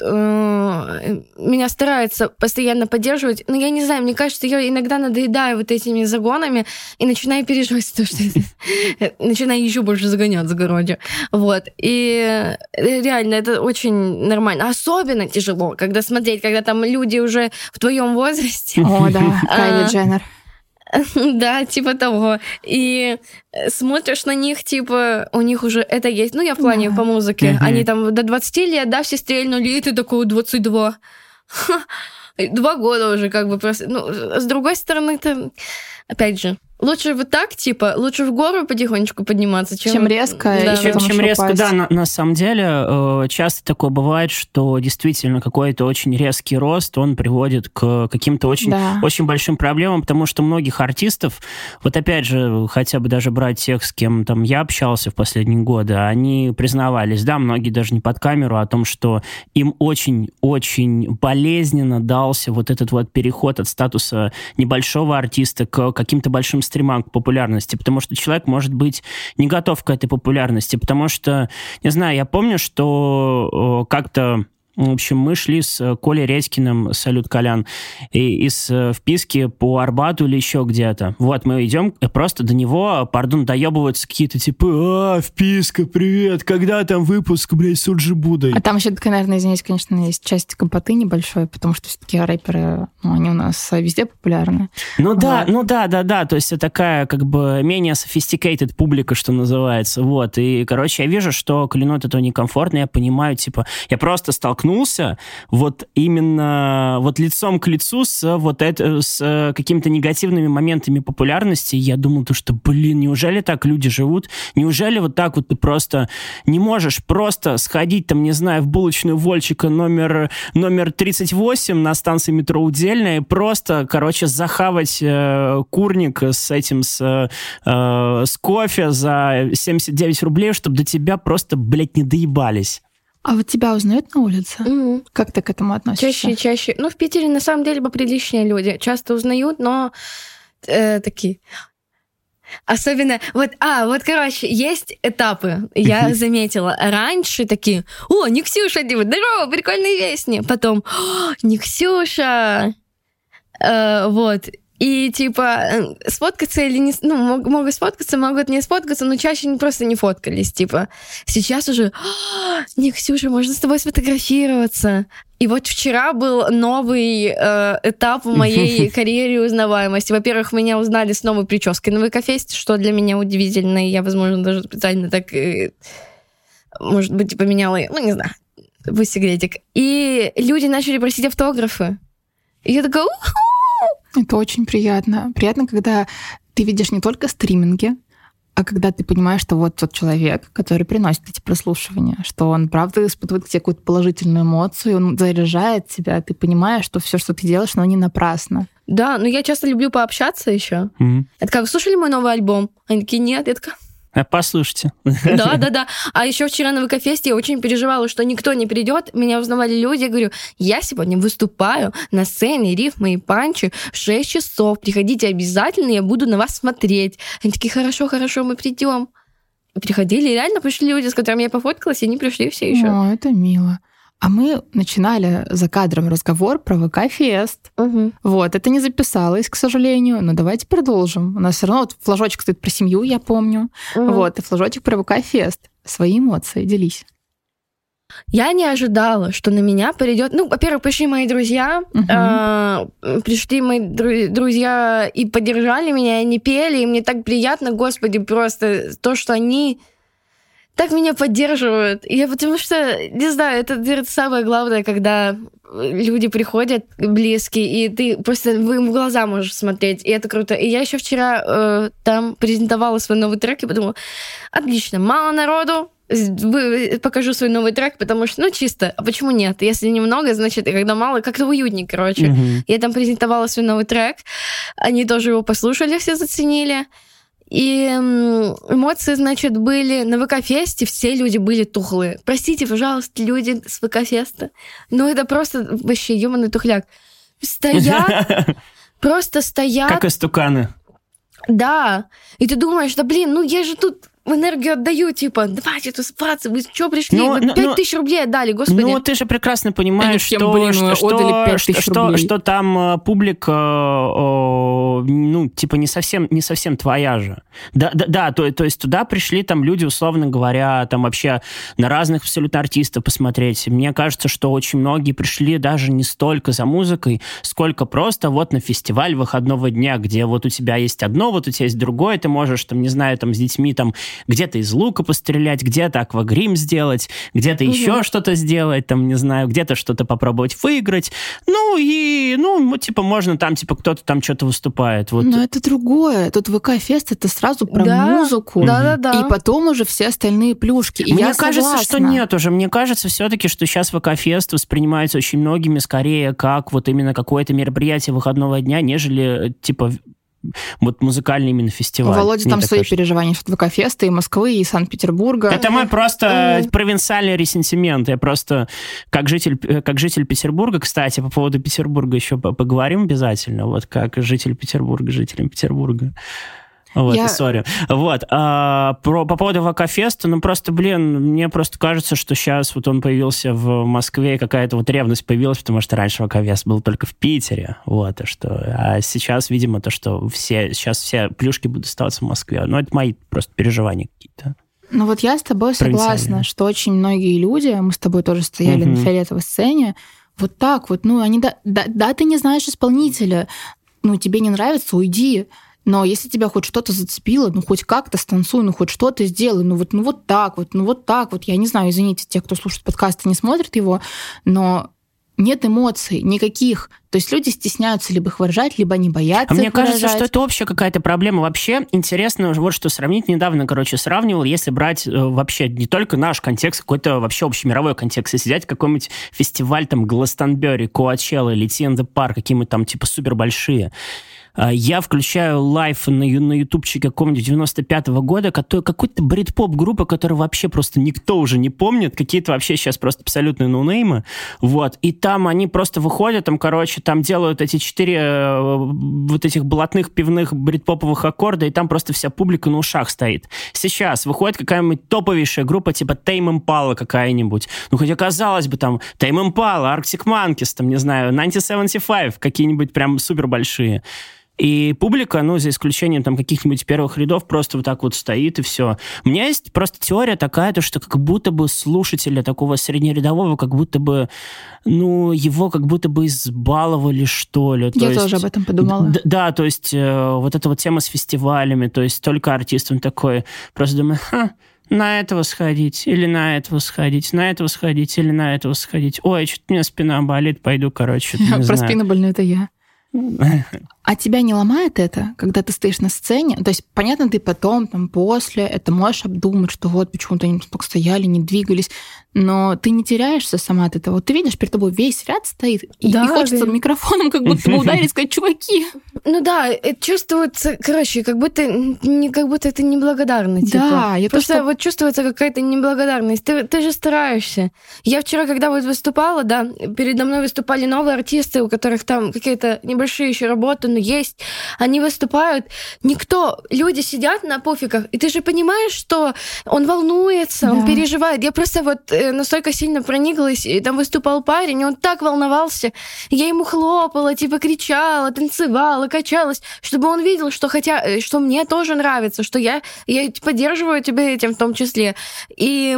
э, меня стараются постоянно поддерживать, но я не знаю, мне кажется, я иногда надоедаю вот этими загонами и начинаю переживать то, что начинаю еще больше загоняться, короче. Вот, и реально, это очень нормально. Особенно тяжело, когда смотреть, когда там люди уже в твоем возрасте. О, да, Кайли А. Дженнер. Да, типа того. И смотришь на них, типа, у них уже это есть. Ну, я в плане Да. по музыке. Мгм. Они там до двадцати лет, да, все стрельнули, и ты такой двадцать два. Ха, Два года уже как бы просто. Ну, с другой стороны, это, опять же, лучше вот так, типа, лучше в гору потихонечку подниматься, чем... Чем резко, и Да. Чем, потом чем еще резко, упасть. да, на, на самом деле, э, часто такое бывает, что действительно какой-то очень резкий рост, он приводит к каким-то очень, Да. очень большим проблемам, потому что многих артистов, вот опять же, хотя бы даже брать тех, с кем там я общался в последние годы, они признавались, да, многие даже не под камеру, о том, что им очень-очень болезненно дался вот этот вот переход от статуса небольшого артиста к каким-то большим стримам, к популярности, потому что человек может быть не готов к этой популярности, потому что, не знаю, я помню, что э, как-то В общем, мы шли с Колей Редькиным, салют, Колян, и, из вписки по Арбату или еще где-то. Вот, мы идем, просто до него, пардон, доебываются какие-то типа, а, вписка, привет, когда там выпуск, блядь, с Уджи Будой? А там еще, наверное, извиняюсь, конечно, есть часть компоты небольшой, потому что все-таки рэперы, ну, они у нас везде популярны. Ну вот. да, ну да, да, да, то есть такая, как бы, менее sophisticated публика, что называется, вот. И, короче, я вижу, что Коляну от этого некомфортно, я понимаю, типа, я просто столкнулся вот именно вот лицом к лицу с вот это, с какими-то негативными моментами популярности. И я думал, то, что, блин, неужели так люди живут? Неужели вот так вот ты просто не можешь просто сходить, там, не знаю, в булочную Вольчика номер, номер тридцать восемь на станции метро Удельная и просто, короче, захавать э, курник с этим, с, э, с кофе за семьдесят девять рублей, чтобы до тебя просто, блядь, не доебались. А вот тебя узнают на улице? Mm-hmm. Как ты к этому относишься? Чаще и чаще. Ну, в Питере, на самом деле, поприличнее люди. Часто узнают, но э, такие... Особенно... Вот, а, вот, короче, есть этапы. Я заметила. Раньше такие, о, не Ксюша, типа, здорово, прикольные песни. Потом, не Ксюша. Э, вот. И, типа, сфоткаться или не... Ну, могут сфоткаться, могут не сфоткаться, но чаще они просто не фоткались, типа. Сейчас уже... Не, Ксюша, можно с тобой сфотографироваться? И вот вчера был новый э, этап в моей карьере узнаваемости. Во-первых, меня узнали с новой прической на ВК-фесте, что для меня удивительно. И я, возможно, даже специально так, э, может быть, поменяла... Ну, не знаю, пусть секретик. И люди начали просить автографы. И я такая... Это очень приятно. Приятно, когда ты видишь не только стриминги, а когда ты понимаешь, что вот тот человек, который приносит эти прослушивания, что он, правда, испытывает к тебе какую-то положительную эмоцию, он заряжает тебя, ты понимаешь, что все, что ты делаешь, оно не напрасно. Да, но я часто люблю пообщаться еще. Mm-hmm. Это как, слушали мой новый альбом? Они такие, нет. Я такая... Послушайте. Да, да, да. А еще вчера на ВК-фесте я очень переживала, что никто не придет. Меня узнавали люди. Я говорю, я сегодня выступаю на сцене рифмы и панчи в шесть часов. Приходите обязательно, я буду на вас смотреть. Они такие, хорошо, хорошо, мы придем. Приходили, и реально пришли люди, с которыми я пофоткалась, и они пришли все еще. О, это мило. А мы начинали за кадром разговор про ВК-фест. Угу. Вот, это не записалось, к сожалению, но давайте продолжим. У нас все равно вот флажочек стоит про семью, я помню. Угу. Вот, и флажочек про ВК-фест. Свои эмоции, делись. Я не ожидала, что на меня придет... Ну, во-первых, пришли мои друзья, угу. э, пришли мои дру- друзья и поддержали меня, и они пели, и мне так приятно, господи, просто то, что они... так меня поддерживают. Я потому что, не знаю, это, это самое главное, когда люди приходят близкие, и ты просто в им в глаза можешь смотреть, и это круто. И я еще вчера э, там презентовала свой новый трек, и подумала, отлично, мало народу, покажу свой новый трек, потому что, ну, чисто, а почему нет? Если немного, значит, и когда мало, как-то уютнее, короче. Mm-hmm. Я там презентовала свой новый трек, они тоже его послушали, все заценили. И эмоции, значит, были на ВК-фесте, все люди были тухлые. Простите, пожалуйста, люди с ВК-феста. Ну, это просто вообще ёбаный тухляк. Стоят, просто стоят. Как истуканы. Да. И ты думаешь, да блин, ну я же тут энергию отдаю, типа, давайте тусоваться, вы что пришли? Но, вы но, пять тысяч рублей отдали, господи. Ну, ты же прекрасно понимаешь, Всем, что, блин, что, что, что, рублей. что там публика, ну, типа, не совсем, не совсем твоя же. Да, да, да то, то есть туда пришли там люди, условно говоря, там вообще на разных абсолютно артистов посмотреть. Мне кажется, что очень многие пришли даже не столько за музыкой, сколько просто вот на фестиваль выходного дня, где вот у тебя есть одно, вот у тебя есть другое, ты можешь, там, не знаю, там, с детьми там где-то из лука пострелять, где-то аквагрим сделать, где-то угу. еще что-то сделать, там, не знаю, где-то что-то попробовать выиграть. Ну, и, ну, типа, можно там, типа, кто-то там что-то выступает. Вот. Но это другое. Тут ВК-фест — это сразу про да. музыку. Да-да-да. И потом уже все остальные плюшки. И Мне я кажется, согласна. что нет уже. Мне кажется все-таки, что сейчас ВК-фест воспринимается очень многими скорее как вот именно какое-то мероприятие выходного дня, нежели, типа, вот музыкальный именно фестиваль. У Володи там свои кажется. переживания от ВК-феста и Москвы, и Санкт-Петербурга. Это мой просто провинциальный ресентимент. Я просто, как житель, как житель Петербурга, кстати, по поводу Петербурга еще поговорим обязательно, вот как житель Петербурга, жителем Петербурга. Вот, Я- сори. Вот, а, про, по поводу ВК-феста, ну просто, блин, мне просто кажется, что сейчас вот он появился в Москве, и какая-то вот ревность появилась, потому что раньше ВК-фест был только в Питере, вот, и что, а сейчас, видимо, то, что все, сейчас все плюшки будут оставаться в Москве, ну, это мои просто переживания какие-то. Ну вот я с тобой Провинциальные. согласна, что очень многие люди, мы с тобой тоже стояли Мгм. на фиолетовой сцене, вот так вот, ну, они, да, да, да, ты не знаешь исполнителя, ну, тебе не нравится, уйди. Но если тебя хоть что-то зацепило, ну, хоть как-то станцуй, ну, хоть что-то сделай, ну, вот, ну, вот так вот, ну, вот так вот. Я не знаю, извините, те, кто слушает подкаст и не смотрит его, но нет эмоций никаких. То есть люди стесняются либо их выражать, либо они боятся А мне их кажется, выражать. что это общая какая-то проблема. Вообще интересно, вот что сравнить недавно, короче, сравнивал, если брать э, вообще не только наш контекст, какой-то вообще общемировой контекст, если взять какой-нибудь фестиваль, там, Гластонберри, Коачелла или Ти энд Парк, какие-нибудь там, типа, супер большие. Я включаю лайв на, ю- на ютубчике какого-нибудь девяносто пятого года, который, какой-то брит-поп-группа, которую вообще просто никто уже не помнит, какие-то вообще сейчас просто абсолютные ноунеймы, вот, и там они просто выходят, там, короче, там делают эти четыре э, вот этих блатных пивных брит-поповых аккорда, и там просто вся публика на ушах стоит. Сейчас выходит какая-нибудь топовейшая группа, типа Tame Impala какая-нибудь, ну, хотя, казалось бы, там, Tame Impala, Arctic Monkeys, там, не знаю, девяносто семьдесят пять, какие-нибудь прям супер большие. И публика, ну, за исключением там каких-нибудь первых рядов, просто вот так вот стоит, и все. У меня есть просто теория такая, то, что как будто бы слушателя такого среднерядового, как будто бы, ну, его как будто бы избаловали, что ли. То Я есть, тоже об этом подумала. д- Да, то есть э, вот эта вот тема с фестивалями, то есть только артист, он такой, просто думаю, ха, на этого сходить, или на этого сходить, на этого сходить, или на этого сходить. Ой, что-то у меня спина болит, пойду, короче, не Про знаю. спину больную это я. А тебя не ломает это, когда ты стоишь на сцене? То есть, понятно, ты потом, там, после, это можешь обдумать, что вот почему-то они так стояли, не двигались, но ты не теряешься сама от этого. Вот ты видишь, перед тобой весь ряд стоит, и, Да, и хочется да. микрофоном как будто бы ударить и сказать, чуваки. Ну да, это чувствуется, короче, как будто, не, как будто это неблагодарно, типа. Да, я Просто просто... вот чувствуется какая-то неблагодарность. Ты, ты же стараешься. Я вчера, когда вот выступала, да, передо мной выступали новые артисты, у которых там какие-то небольшие еще работы, но есть. Они выступают. Никто, люди сидят на пуфиках, и ты же понимаешь, что он волнуется, Да. он переживает. Я просто вот э, настолько сильно прониклась, и там выступал парень, и он так волновался. Я ему хлопала, типа кричала, танцевала, качалась, чтобы он видел, что хотя, э, что мне тоже нравится, что я, я поддерживаю тебя этим в том числе. И,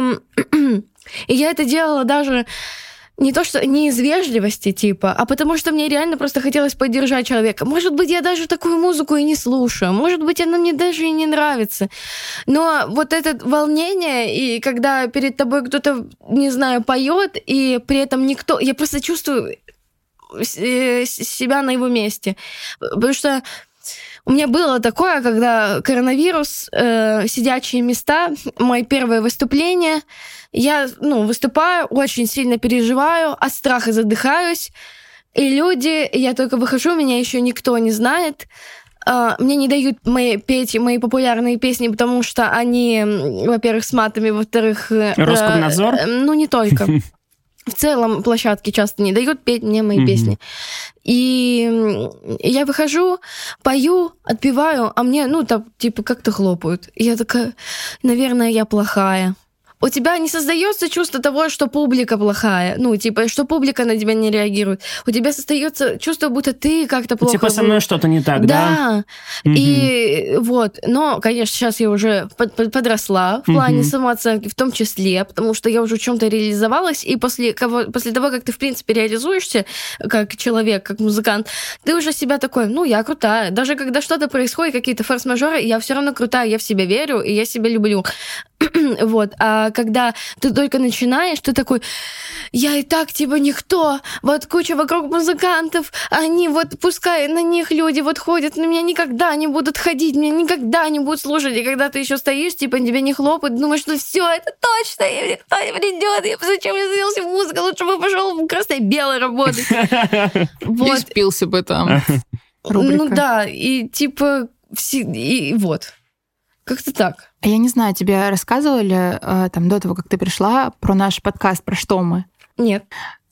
и я это делала даже не то, что не из вежливости, типа, а потому что мне реально просто хотелось поддержать человека. Может быть, я даже такую музыку и не слушаю, может быть, она мне даже и не нравится. Но вот это волнение, и когда перед тобой кто-то, не знаю, поет, и при этом никто... Я просто чувствую с- э, себя на его месте. Потому что у меня было такое, когда коронавирус, э, сидячие места, мои первые выступления, я, ну, выступаю, очень сильно переживаю, от страха задыхаюсь, и люди, я только выхожу, меня еще никто не знает, э, мне не дают мои, петь мои популярные песни, потому что они, м, во-первых, с матами, во-вторых... э, Роскомнадзор? э, ну, не только. В целом площадки часто не дают петь мне мои Мгм. песни. И м, я выхожу, пою, отпеваю, а мне, ну, там, типа, как-то хлопают. И я такая, наверное, я плохая. У тебя не создается чувство того, что публика плохая, ну, типа, что публика на тебя не реагирует. У тебя создается чувство, будто ты как-то плохо... Типа со вы- мной что-то не так, да? Да, Мгм. и вот, но, конечно, сейчас я уже под- под- подросла в плане Мгм. самооценки, в том числе, потому что я уже в чем-то реализовалась, и после, кого, после того, как ты, в принципе, реализуешься как человек, как музыкант, ты уже себя такой, ну, я крутая. Даже когда что-то происходит, какие-то форс-мажоры, я все равно крутая, я в себя верю, и я себя люблю. Вот, а когда ты только начинаешь, ты такой, я и так, типа, никто, вот куча вокруг музыкантов, они вот, пускай на них люди вот ходят, на меня никогда не будут ходить, меня никогда не будут слушать, и когда ты еще стоишь, типа, тебя не хлопают, думаешь, что все, это точно, и никто не придет, и зачем я занялся музыкой, лучше бы пошел в красное-белое работать. И Вот, спился бы там. Рубрика. ну да, и типа, все, и вот, как-то так. А я не знаю, тебе рассказывали э, там до того, как ты пришла, про наш подкаст «Про что мы»? Нет.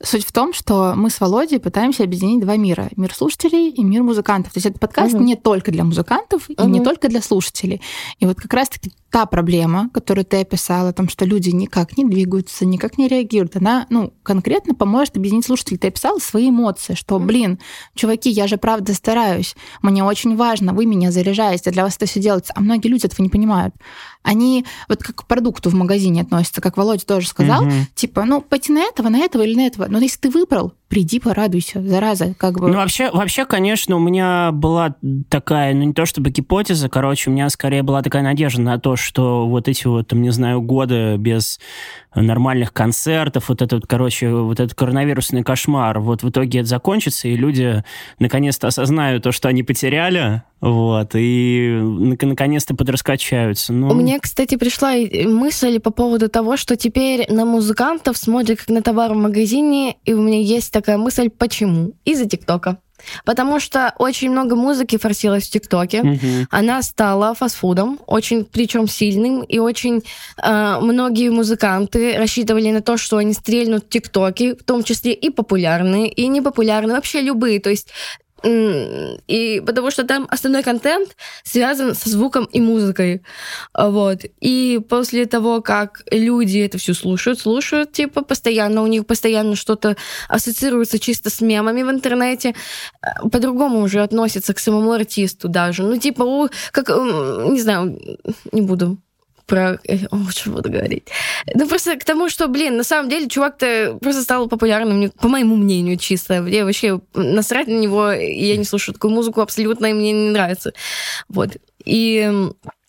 Суть в том, что мы с Володей пытаемся объединить два мира. Мир слушателей и мир музыкантов. То есть этот подкаст угу. не только для музыкантов угу. и не только для слушателей. И вот как раз-таки та проблема, которую ты описала, о том, что люди никак не двигаются, никак не реагируют, она ну, конкретно поможет объединить слушателей. Ты описала свои эмоции, что, блин, чуваки, я же правда стараюсь, мне очень важно, вы меня заряжаете, для вас это все делается. А многие люди этого не понимают. Они вот как к продукту в магазине относятся, как Володя тоже сказал, угу. типа, ну, пойти на этого, на этого или на этого. Но если ты выбрал, приди, порадуйся, зараза, как бы. Ну, вообще, вообще, конечно, у меня была такая, ну, не то чтобы гипотеза, короче, у меня скорее была такая надежда на то, что вот эти вот, там, не знаю, годы без нормальных концертов, вот этот, короче, вот этот коронавирусный кошмар, вот в итоге это закончится, и люди наконец-то осознают то, что они потеряли, вот, и наконец-то подраскачаются. Ну... У меня, кстати, пришла мысль по поводу того, что теперь на музыкантов смотрят как на товар в магазине, и у меня есть такая мысль, почему? Из-за ТикТока. Потому что очень много музыки форсилась в ТикТоке. Uh-huh. Она стала фастфудом, очень, причем сильным, и очень э, многие музыканты рассчитывали на то, что они стрельнут в ТикТоке, в том числе и популярные, и непопулярные, вообще любые. То есть и потому что там основной контент связан со звуком и музыкой. Вот. И после того, как люди это все слушают, слушают, типа, постоянно, у них постоянно что-то ассоциируется чисто с мемами в интернете, по-другому уже относятся к самому артисту даже. Ну, типа, у, как, не знаю, не буду про... О, что буду говорить? Ну, просто к тому, что, блин, на самом деле чувак-то просто стал популярным, по моему мнению, чисто. Я вообще насрать на него, я не слушаю такую музыку абсолютно, и мне не нравится. Вот. И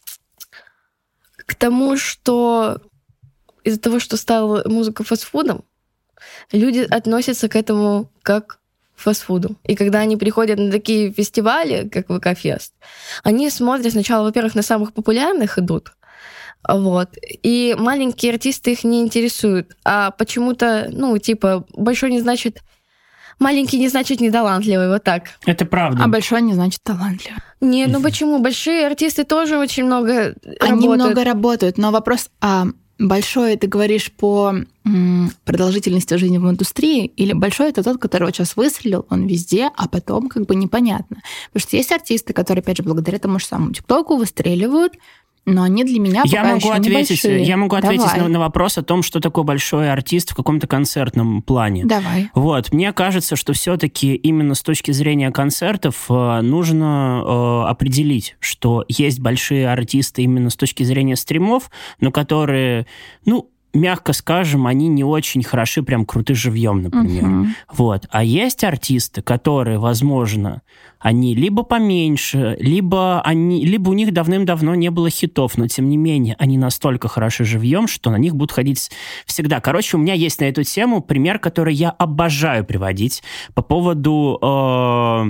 к тому, что из-за того, что стала музыка фастфудом, люди относятся к этому как фастфуду. И когда они приходят на такие фестивали, как ВК-фест, они смотрят сначала, во-первых, на самых популярных идут, вот. И маленькие артисты их не интересуют. А почему-то, ну, типа, большой не значит... Маленький не значит недалантливый, вот так. Это правда. А большой не значит талантливый. Нет, ну почему? Большие артисты тоже очень много работают. Они много работают, но вопрос... А большой, ты говоришь, по продолжительности жизни в индустрии, или большой это тот, который вот сейчас выстрелил, он везде, а потом как бы непонятно. Потому что есть артисты, которые, опять же, благодаря тому же самому ТикТоку выстреливают, но они для меня пока я могу еще ответить, небольшие. Я могу ответить Давай. на, на вопрос о том, что такое большой артист в каком-то концертном плане. Давай. Вот. Мне кажется, что все-таки именно с точки зрения концертов нужно э, определить, что есть большие артисты именно с точки зрения стримов, но которые, ну, мягко скажем, они не очень хороши, прям круты живьем, например. Uh-huh. Вот. А есть артисты, которые, возможно, они либо поменьше, либо, они, либо у них давным-давно не было хитов, но, тем не менее, они настолько хороши живьем, что на них будут ходить всегда. Короче, у меня есть на эту тему пример, который я обожаю приводить по поводу э,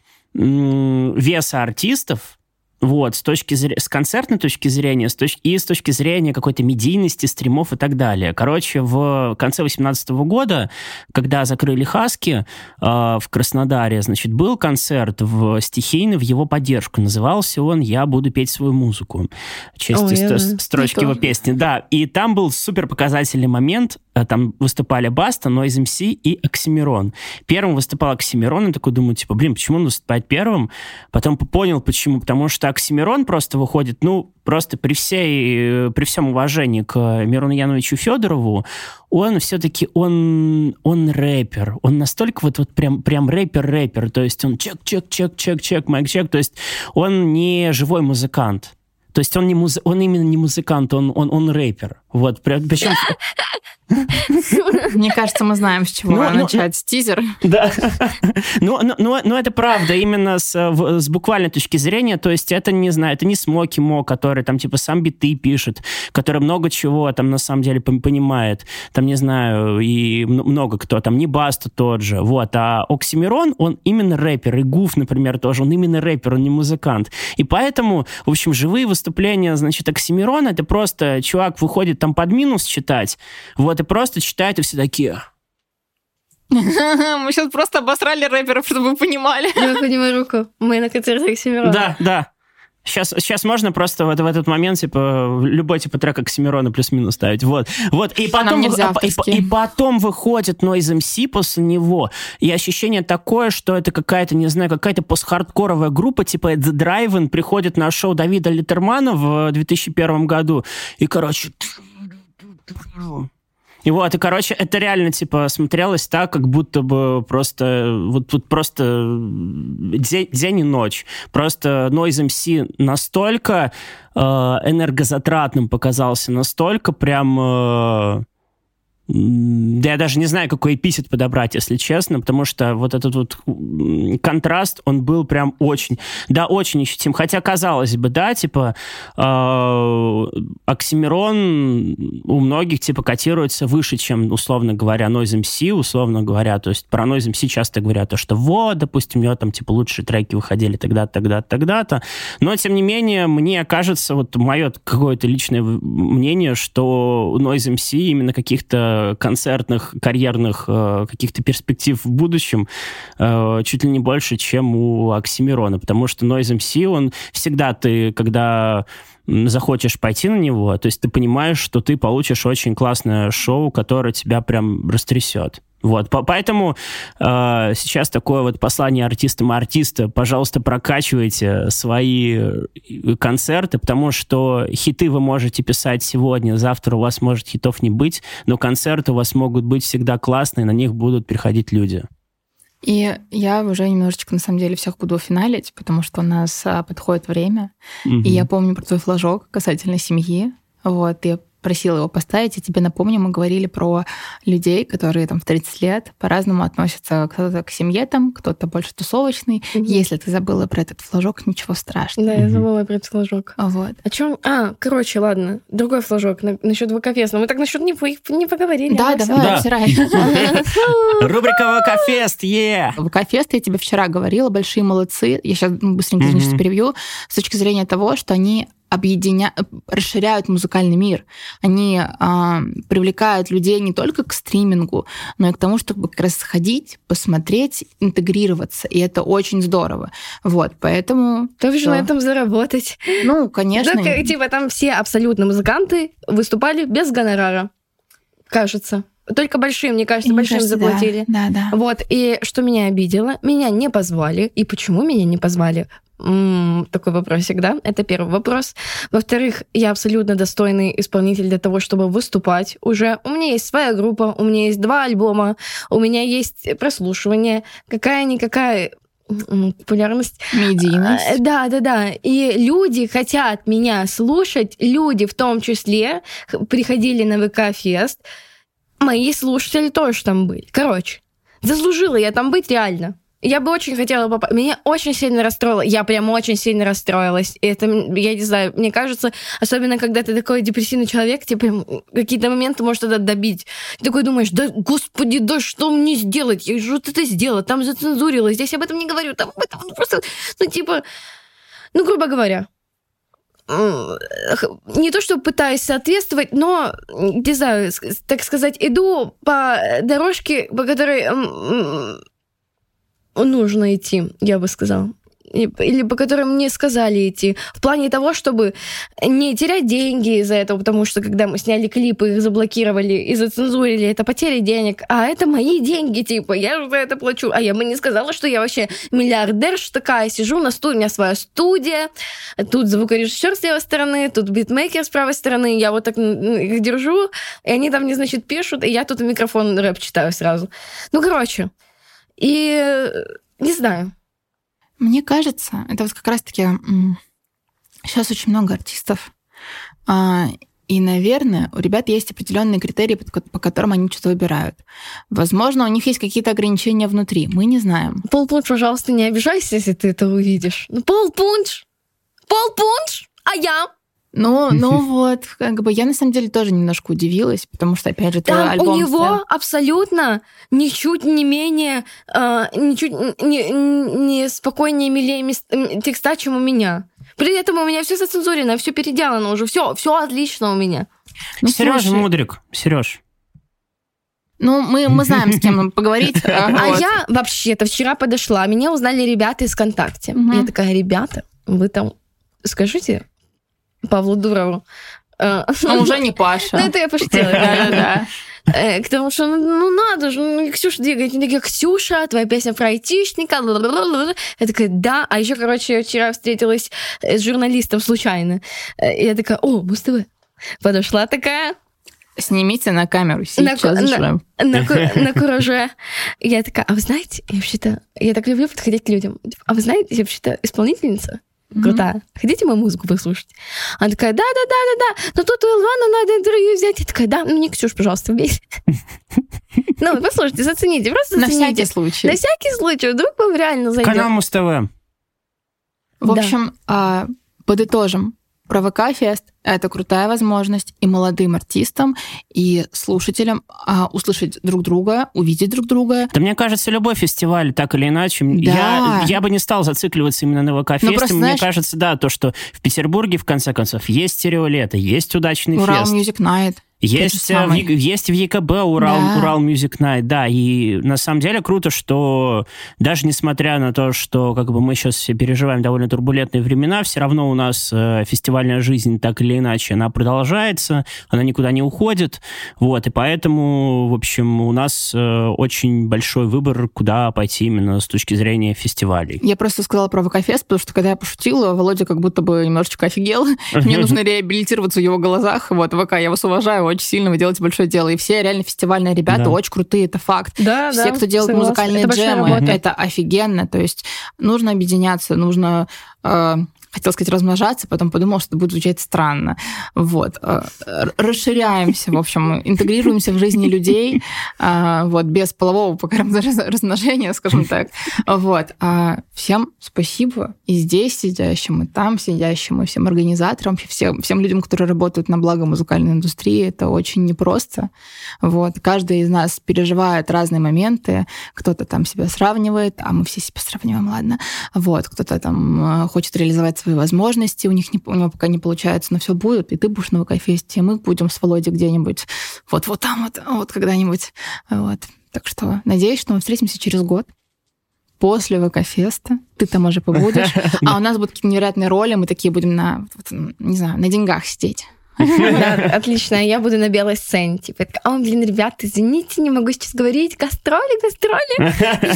э, веса артистов. Вот, с точки зрения, с концертной точки зрения, с точки, и с точки зрения какой-то медийности, стримов и так далее. Короче, в конце восемнадцатого года, когда закрыли Хаски э, в Краснодаре, значит, был концерт в стихийный в его поддержку. Назывался он «Я буду петь свою музыку». Часть Ой, ст- строчки его песни. Да, и там был супер показательный момент. Там выступали Баста, Noise эм си и Оксимирон. Первым выступал Оксимирон, и такой думаю, типа, блин, почему он выступает первым? Потом понял, почему. Потому что Оксимирон просто выходит, ну, просто при, всей, при всем уважении к Мирону Яновичу Федорову, он все-таки, он, он рэпер. Он настолько вот, вот прям, прям рэпер-рэпер. То есть он чек-чек-чек-чек-чек, майк-чек. То есть он не живой музыкант. То есть он, не муз... он именно не музыкант, он, он, он рэпер. Вот, причем... Мне кажется, мы знаем, с чего ну, начать. Ну, тизер. Да. Ну, ну, ну, ну, это правда, именно с, с буквальной точки зрения. То есть это, не знаю, это не Смоки Мо, который там типа сам биты пишет, который много чего там на самом деле понимает. Там, не знаю, и много кто. Там не Баста тот же. Вот. А Оксимирон, он именно рэпер. И Гуф, например, тоже. Он именно рэпер, он не музыкант. И поэтому, в общем, живые выступления, значит, Оксимирона, это просто чувак выходит там под минус читать, вот, и просто читает, и все такие... Мы сейчас просто обосрали рэперов, чтобы вы понимали. Я поднимаю руку. Мы на концерте Оксимирона. Да, да. Сейчас, сейчас можно просто вот в этот момент типа любой типа трек Оксимирона плюс-минус ставить. Вот. Вот. И, потом, нельзя, и, и потом выходит Noise эм си после него. И ощущение такое, что это какая-то, не знаю, какая-то постхардкоровая группа, типа The Drive-In, приходит на шоу Давида Леттермана в две тысячи первом году. И, короче... И вот, и, короче, это реально, типа, смотрелось так, как будто бы просто, вот тут просто день, день и ночь. Просто Noise эм си настолько э, энергозатратным показался, настолько прям... Э, Да я даже не знаю, какой эпитет подобрать, если честно, потому что вот этот вот контраст, он был прям очень, да, очень ощутим. Хотя, казалось бы, да, типа, э, Оксимирон у многих, типа, котируется выше, чем, условно говоря, Noise эм си, условно говоря. То есть про Noise эм си часто говорят, то, что вот, допустим, у него там, типа, лучшие треки выходили тогда-то, тогда-то, тогда-то. Но, тем не менее, мне кажется, вот мое какое-то личное мнение, что у Noise эм си именно каких-то концертных, карьерных э, каких-то перспектив в будущем э, чуть ли не больше, чем у Оксимирона, потому что Noise эм си, он всегда ты, когда захочешь пойти на него, то есть ты понимаешь, что ты получишь очень классное шоу, которое тебя прям растрясет. Вот, поэтому э, сейчас такое вот послание артистам и артиста: пожалуйста, прокачивайте свои концерты, потому что хиты вы можете писать сегодня, завтра у вас может хитов не быть, но концерты у вас могут быть всегда классные, на них будут приходить люди. И я уже немножечко, на самом деле, всех буду финалить, потому что у нас а, подходит время. Mm-hmm. И я помню про твой флажок касательно семьи. Вот, я просила его поставить, и тебе напомню, мы говорили про людей, которые там в тридцать лет по-разному относятся. Кто-то к семье, там, кто-то больше тусовочный. Mm-hmm. Если ты забыла про этот флажок, ничего страшного. Да, я забыла про этот флажок. Вот. О чем? А, короче, ладно, другой флажок на, насчет ВК-феста. Мы так насчет не, не поговорили. Да, давай, обсирай. Рубрика ВК-фест, е! ВК-фест, я тебе вчера говорила, большие молодцы. Я сейчас быстренько, извините, перебью. С точки зрения того, что они объединяют, расширяют музыкальный мир. Они а, привлекают людей не только к стримингу, но и к тому, чтобы как раз сходить, посмотреть, интегрироваться. И это очень здорово. Вот, поэтому... Тоже что? На этом заработать. Ну, конечно. Да, типа там все абсолютно музыканты выступали без гонорара. Кажется. Только большим, мне кажется, мне большим кажется, заплатили. Да, да, да. Вот, и что меня обидело, меня не позвали. И почему меня не позвали? М-м, такой вопросик, да? Это первый вопрос. Во-вторых, я абсолютно достойный исполнитель для того, чтобы выступать уже. У меня есть своя группа, у меня есть два альбома, у меня есть прослушивание. Какая-никакая популярность. Медийность. Да, да, да. И люди хотят меня слушать. Люди в том числе приходили на ВК-фест. Мои слушатели тоже там были. Короче, заслужила я там быть реально. Я бы очень хотела попасть. Меня очень сильно расстроило. Я прям очень сильно расстроилась. И это, я не знаю, мне кажется, особенно когда ты такой депрессивный человек, типа, какие-то моменты может это добить. Ты такой думаешь, да, господи, да что мне сделать? Я же вот это сделала, там зацензурила, здесь об этом не говорю, там об этом просто, ну, типа, ну, грубо говоря, не то, что пытаюсь соответствовать, но, не знаю, так сказать, иду по дорожке, по которой нужно идти, я бы сказала. Или по которым мне сказали идти. В плане того, чтобы не терять деньги из-за этого, потому что когда мы сняли клипы, их заблокировали и зацензурили, это потеря денег. А это мои деньги, типа, я же за это плачу. А я бы не сказала, что я вообще миллиардерша такая, сижу на студии, у меня своя студия, тут звукорежиссер с левой стороны, тут битмейкер с правой стороны, я вот так их держу, и они там мне, значит, пишут, и я тут в микрофон рэп читаю сразу. Ну, короче, и не знаю. Мне кажется, это вот как раз-таки сейчас очень много артистов, и, наверное, у ребят есть определенные критерии, по которым они что-то выбирают. Возможно, у них есть какие-то ограничения внутри, мы не знаем. Пол Пунш, пожалуйста, не обижайся, если ты это увидишь. Ну, Пол Пунш! Пол Пунш! А я? Ну, ну вот, как бы я на самом деле тоже немножко удивилась, потому что, опять же, твой альбом... у него стоял... абсолютно ничуть не менее, э, ничуть не, не спокойнее, милее текста, чем у меня. При этом у меня все зацензурено, все переделано уже, все, все отлично у меня. Ну, Сережа мудрик, Сереж. Ну, мы, мы знаем, с кем нам поговорить. А я вообще-то вчера подошла, меня узнали ребята из ВКонтакте. Я такая, ребята, вы там... скажите Павлу Дурову. А уже не Паша. Ну, это я пошутила. Да-да-да. Потому что, ну, надо же, ну, Ксюша двигает. Они такие, Ксюша, твоя песня про айтишника. Я такая, да. А еще, короче, я вчера встретилась с журналистом случайно. И я такая, о, Муз-ТВ. Подошла такая. Снимите на камеру сейчас на, же. На, на, на кураже. Я такая, а вы знаете, я вообще-то, я так люблю подходить к людям. А вы знаете, я вообще-то исполнительница. Крутая. Mm-hmm. Хотите мою музыку послушать? Она такая, да-да-да-да-да, но тут у Илвана надо интервью взять. Я такая, да, мне Ксюш, пожалуйста, убейте. Ну, послушайте, зацените, просто зацените. На всякий случай. На всякий случай, вдруг вам реально зайдет. Канал Муз-ТВ. В общем, подытожим. Про ВК-фест — это крутая возможность и молодым артистам, и слушателям а, услышать друг друга, увидеть друг друга. Да мне кажется, любой фестиваль, так или иначе, да. я, я бы не стал зацикливаться именно на ВК-фесте. Мне знаешь, кажется, да, то, что в Петербурге, в конце концов, есть стереолето, есть удачный Урал фест. Music Night. Есть в, есть в ЕКБ Урал, да. Урал Music Night, да, и на самом деле круто, что даже несмотря на то, что как бы мы сейчас все переживаем довольно турбулентные времена, все равно у нас э, фестивальная жизнь так или иначе, она продолжается, она никуда не уходит, вот, и поэтому, в общем, у нас э, очень большой выбор, куда пойти именно с точки зрения фестивалей. Я просто сказала про ВК-фест, потому что когда я пошутила, Володя как будто бы немножечко офигел, мне нужно реабилитироваться в его глазах, вот, ВК, я вас уважаю, очень сильно, вы делаете большое дело. И все реально фестивальные ребята да. очень крутые, это факт. Да, все, да, кто делает согласна. Музыкальные это джемы, это офигенно. То есть нужно объединяться, нужно... Э, хотела сказать размножаться, потом подумала, что это будет звучать странно. Вот. Расширяемся, в общем, интегрируемся в жизни людей, вот, без полового пока размножения, скажем так. Вот. Всем спасибо и здесь сидящим, и там сидящим, и всем организаторам, всем, всем людям, которые работают на благо музыкальной индустрии. Это очень непросто. Вот. Каждый из нас переживает разные моменты. Кто-то там себя сравнивает, а мы все себя сравниваем, ладно. Вот. Кто-то там хочет реализовать свои возможности, у них не, у него пока не получается, но все будет, и ты будешь на ВК-фесте, и мы будем с Володей где-нибудь вот, вот там, вот, вот когда-нибудь. Вот. Так что надеюсь, что мы встретимся через год после ВК-феста. Ты там уже побудешь. А у нас будут какие-то невероятные роли, мы такие будем на, не знаю, на деньгах сидеть. Да, отлично. Я буду на белой сцене. Типа, о, блин, ребят, извините, не могу сейчас говорить. Гастроли, гастроли.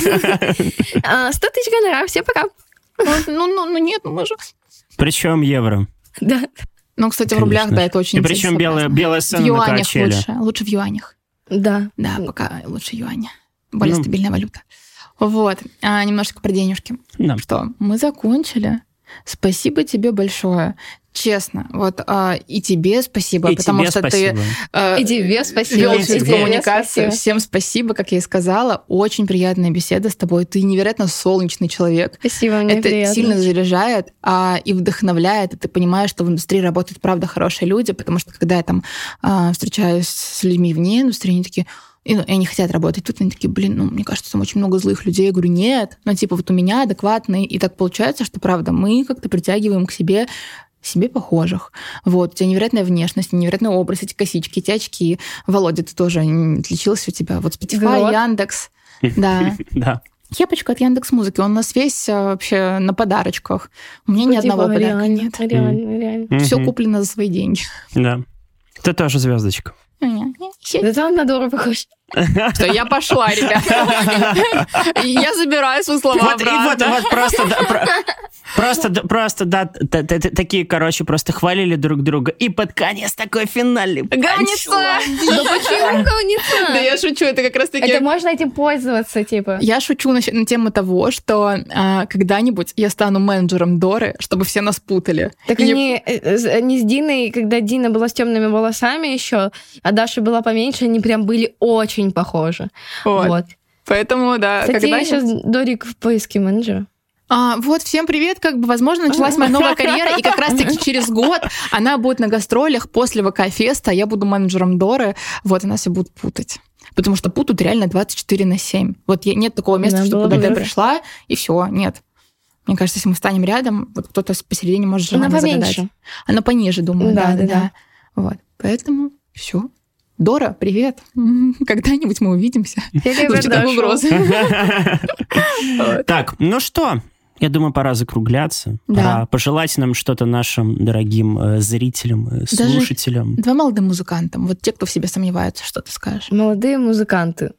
Сто тысяч гонорар, все, пока. Ну, ну, ну нет, ну мы же... Причем евро. Да. Ну, кстати, Конечно. В рублях, да, это очень И причем белая, белая сцена в юанях на качеле. лучше. Лучше в юанях. Да. Да, пока лучше юаня. Более ну. стабильная валюта. Вот. А, немножко про денежки. Да. Что, мы закончили. Спасибо тебе большое. Честно, вот а, и тебе спасибо, и потому тебе что спасибо. ты а, и тебе спасибо. вел всю коммуникацию. Спасибо. Всем спасибо, как я и сказала. Очень приятная беседа с тобой. Ты невероятно солнечный человек. Спасибо, мне Это приятно. сильно заряжает а, и вдохновляет. И ты понимаешь, что в индустрии работают, правда, хорошие люди, потому что когда я там а, встречаюсь с людьми вне индустрии, они такие... И, ну, и они хотят работать. Тут они такие, блин, ну, мне кажется, там очень много злых людей. Я говорю, нет. Ну, типа, вот у меня адекватные. И так получается, что, правда, мы как-то притягиваем к себе себе похожих. Вот. У тебя невероятная внешность, невероятный образ, эти косички, эти очки. Володя, ты тоже отличился у тебя. Вот Spotify, Яндекс. Да. Да. Кепочка от Яндекс.Музыки. Он у нас весь вообще на подарочках. У меня ни одного подарка нет. Реально, реально. Все куплено за свои деньги. Да. Ты тоже звездочка. Да там на Дору похож. Что, я пошла, ребята. Я забираю свои слова вот, обратно. И вот, вот просто, да, про, просто, просто, да, т, т, т, такие, короче, просто хвалили друг друга. И под конец такой финальный говнеца! Да почему говнеца? Да я шучу, это как раз таки... Это можно этим пользоваться, типа. Я шучу на, на тему того, что а, когда-нибудь я стану менеджером Доры, чтобы все нас путали. Так и они, не... они с Диной, когда Дина была с темными волосами еще, а Даша была поменьше, они прям были очень похожи. Вот. вот. Поэтому, да. Кстати, когда я сейчас Дорик в поиске менеджера. А, вот, всем привет, как бы, возможно, началась моя новая карьера, и как раз-таки через год она будет на гастролях после ВК-феста, я буду менеджером Доры, вот, и нас все будут путать. Потому что путают реально двадцать четыре на семь. Вот нет такого места, да, что куда ты пришла, и все, нет. Мне кажется, если мы станем рядом, вот кто-то посередине может желание загадать. Она пониже, думаю, да, да, да. Вот, поэтому все. Дора, привет. Когда-нибудь мы увидимся. Звучит как угроза. Так, ну что, Я думаю, пора закругляться. Да. Пора пожелать нам что-то нашим дорогим э, зрителям, э, слушателям. Даже два молодым музыкантам. Вот те, кто в себе сомневается, что ты скажешь. Молодые музыканты,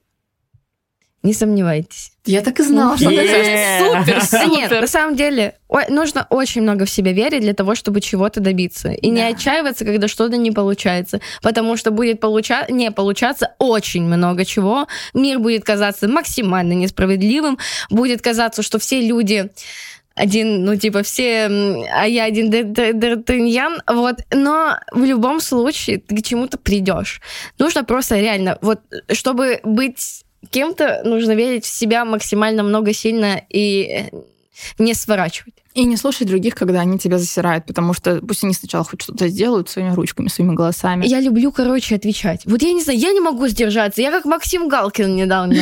не сомневайтесь. Я так и знала, что ты скажешь. Супер, Да нет, на супер. самом деле о- нужно очень много в себя верить для того, чтобы чего-то добиться. И не Да. отчаиваться, когда что-то не получается. Потому что будет получа- не получаться очень много чего. Мир будет казаться максимально несправедливым. Будет казаться, что все люди один, ну, типа, все, м, а я один д- д- д'Артаньян, вот, но в любом случае ты к чему-то придешь. Нужно просто реально, вот, чтобы быть кем-то, нужно верить в себя максимально много, сильно и не сворачивать. И не слушай других, когда они тебя засирают, потому что пусть они сначала хоть что-то сделают своими ручками, своими голосами. Я люблю, короче, отвечать. Вот я не знаю, я не могу сдержаться. Я как Максим Галкин недавно.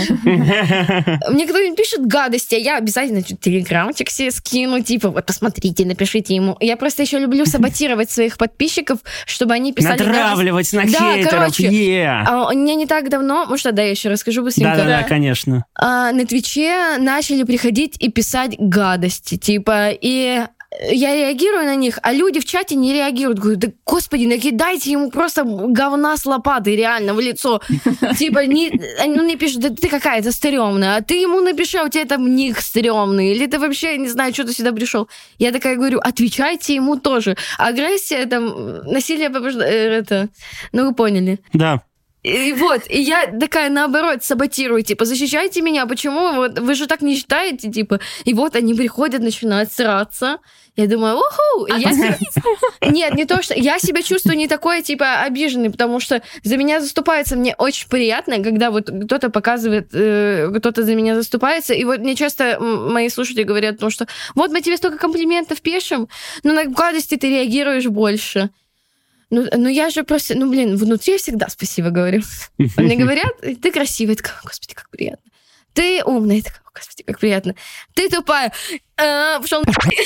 Мне кто-нибудь пишет гадости, а я обязательно что-то телеграмчик себе скину, типа, вот посмотрите, напишите ему. Я просто еще люблю саботировать своих подписчиков, чтобы они писали... гадости. Натравливать на Да, хейтеров. короче. е. А, мне не так давно, может, да, я еще расскажу быстренько. Да-да-да, конечно. А, на Твиче начали приходить и писать гадости, типа, и я реагирую на них, а люди в чате не реагируют. Говорю, да господи, накидайте ему просто говна с лопатой реально в лицо. Типа, не, он мне пишет, да ты какая-то стрёмная, а ты ему напиши, а у тебя там ник стрёмный, или ты вообще, не знаю, что ты сюда пришел. Я такая говорю, отвечайте ему тоже. Агрессия, там, насилие побеждает, это, ну вы поняли. Да. И вот, и я такая, наоборот, саботирую, типа, защищайте меня, почему? Вот вы же так не считаете, типа. И вот они приходят, начинают сраться. Я думаю, уху! И я себя... Нет, не то, что... Я себя чувствую не такой, типа, обиженной, потому что за меня заступается. Мне очень приятно, когда вот кто-то показывает, э, кто-то за меня заступается. И вот мне часто м, мои слушатели говорят, потому что вот мы тебе столько комплиментов пишем, но на гадости ты реагируешь больше. Ну, ну я же просто, ну, блин, внутри я всегда спасибо говорю. Мне говорят, ты красивая, такая, господи, как приятно. Ты умная, такая, господи, как приятно. Ты тупая, пошел.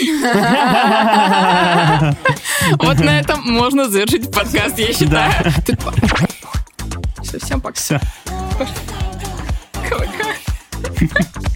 Вот на этом можно завершить подкаст, я считаю. Ты тупая. Все, всем пока. Все. Пока.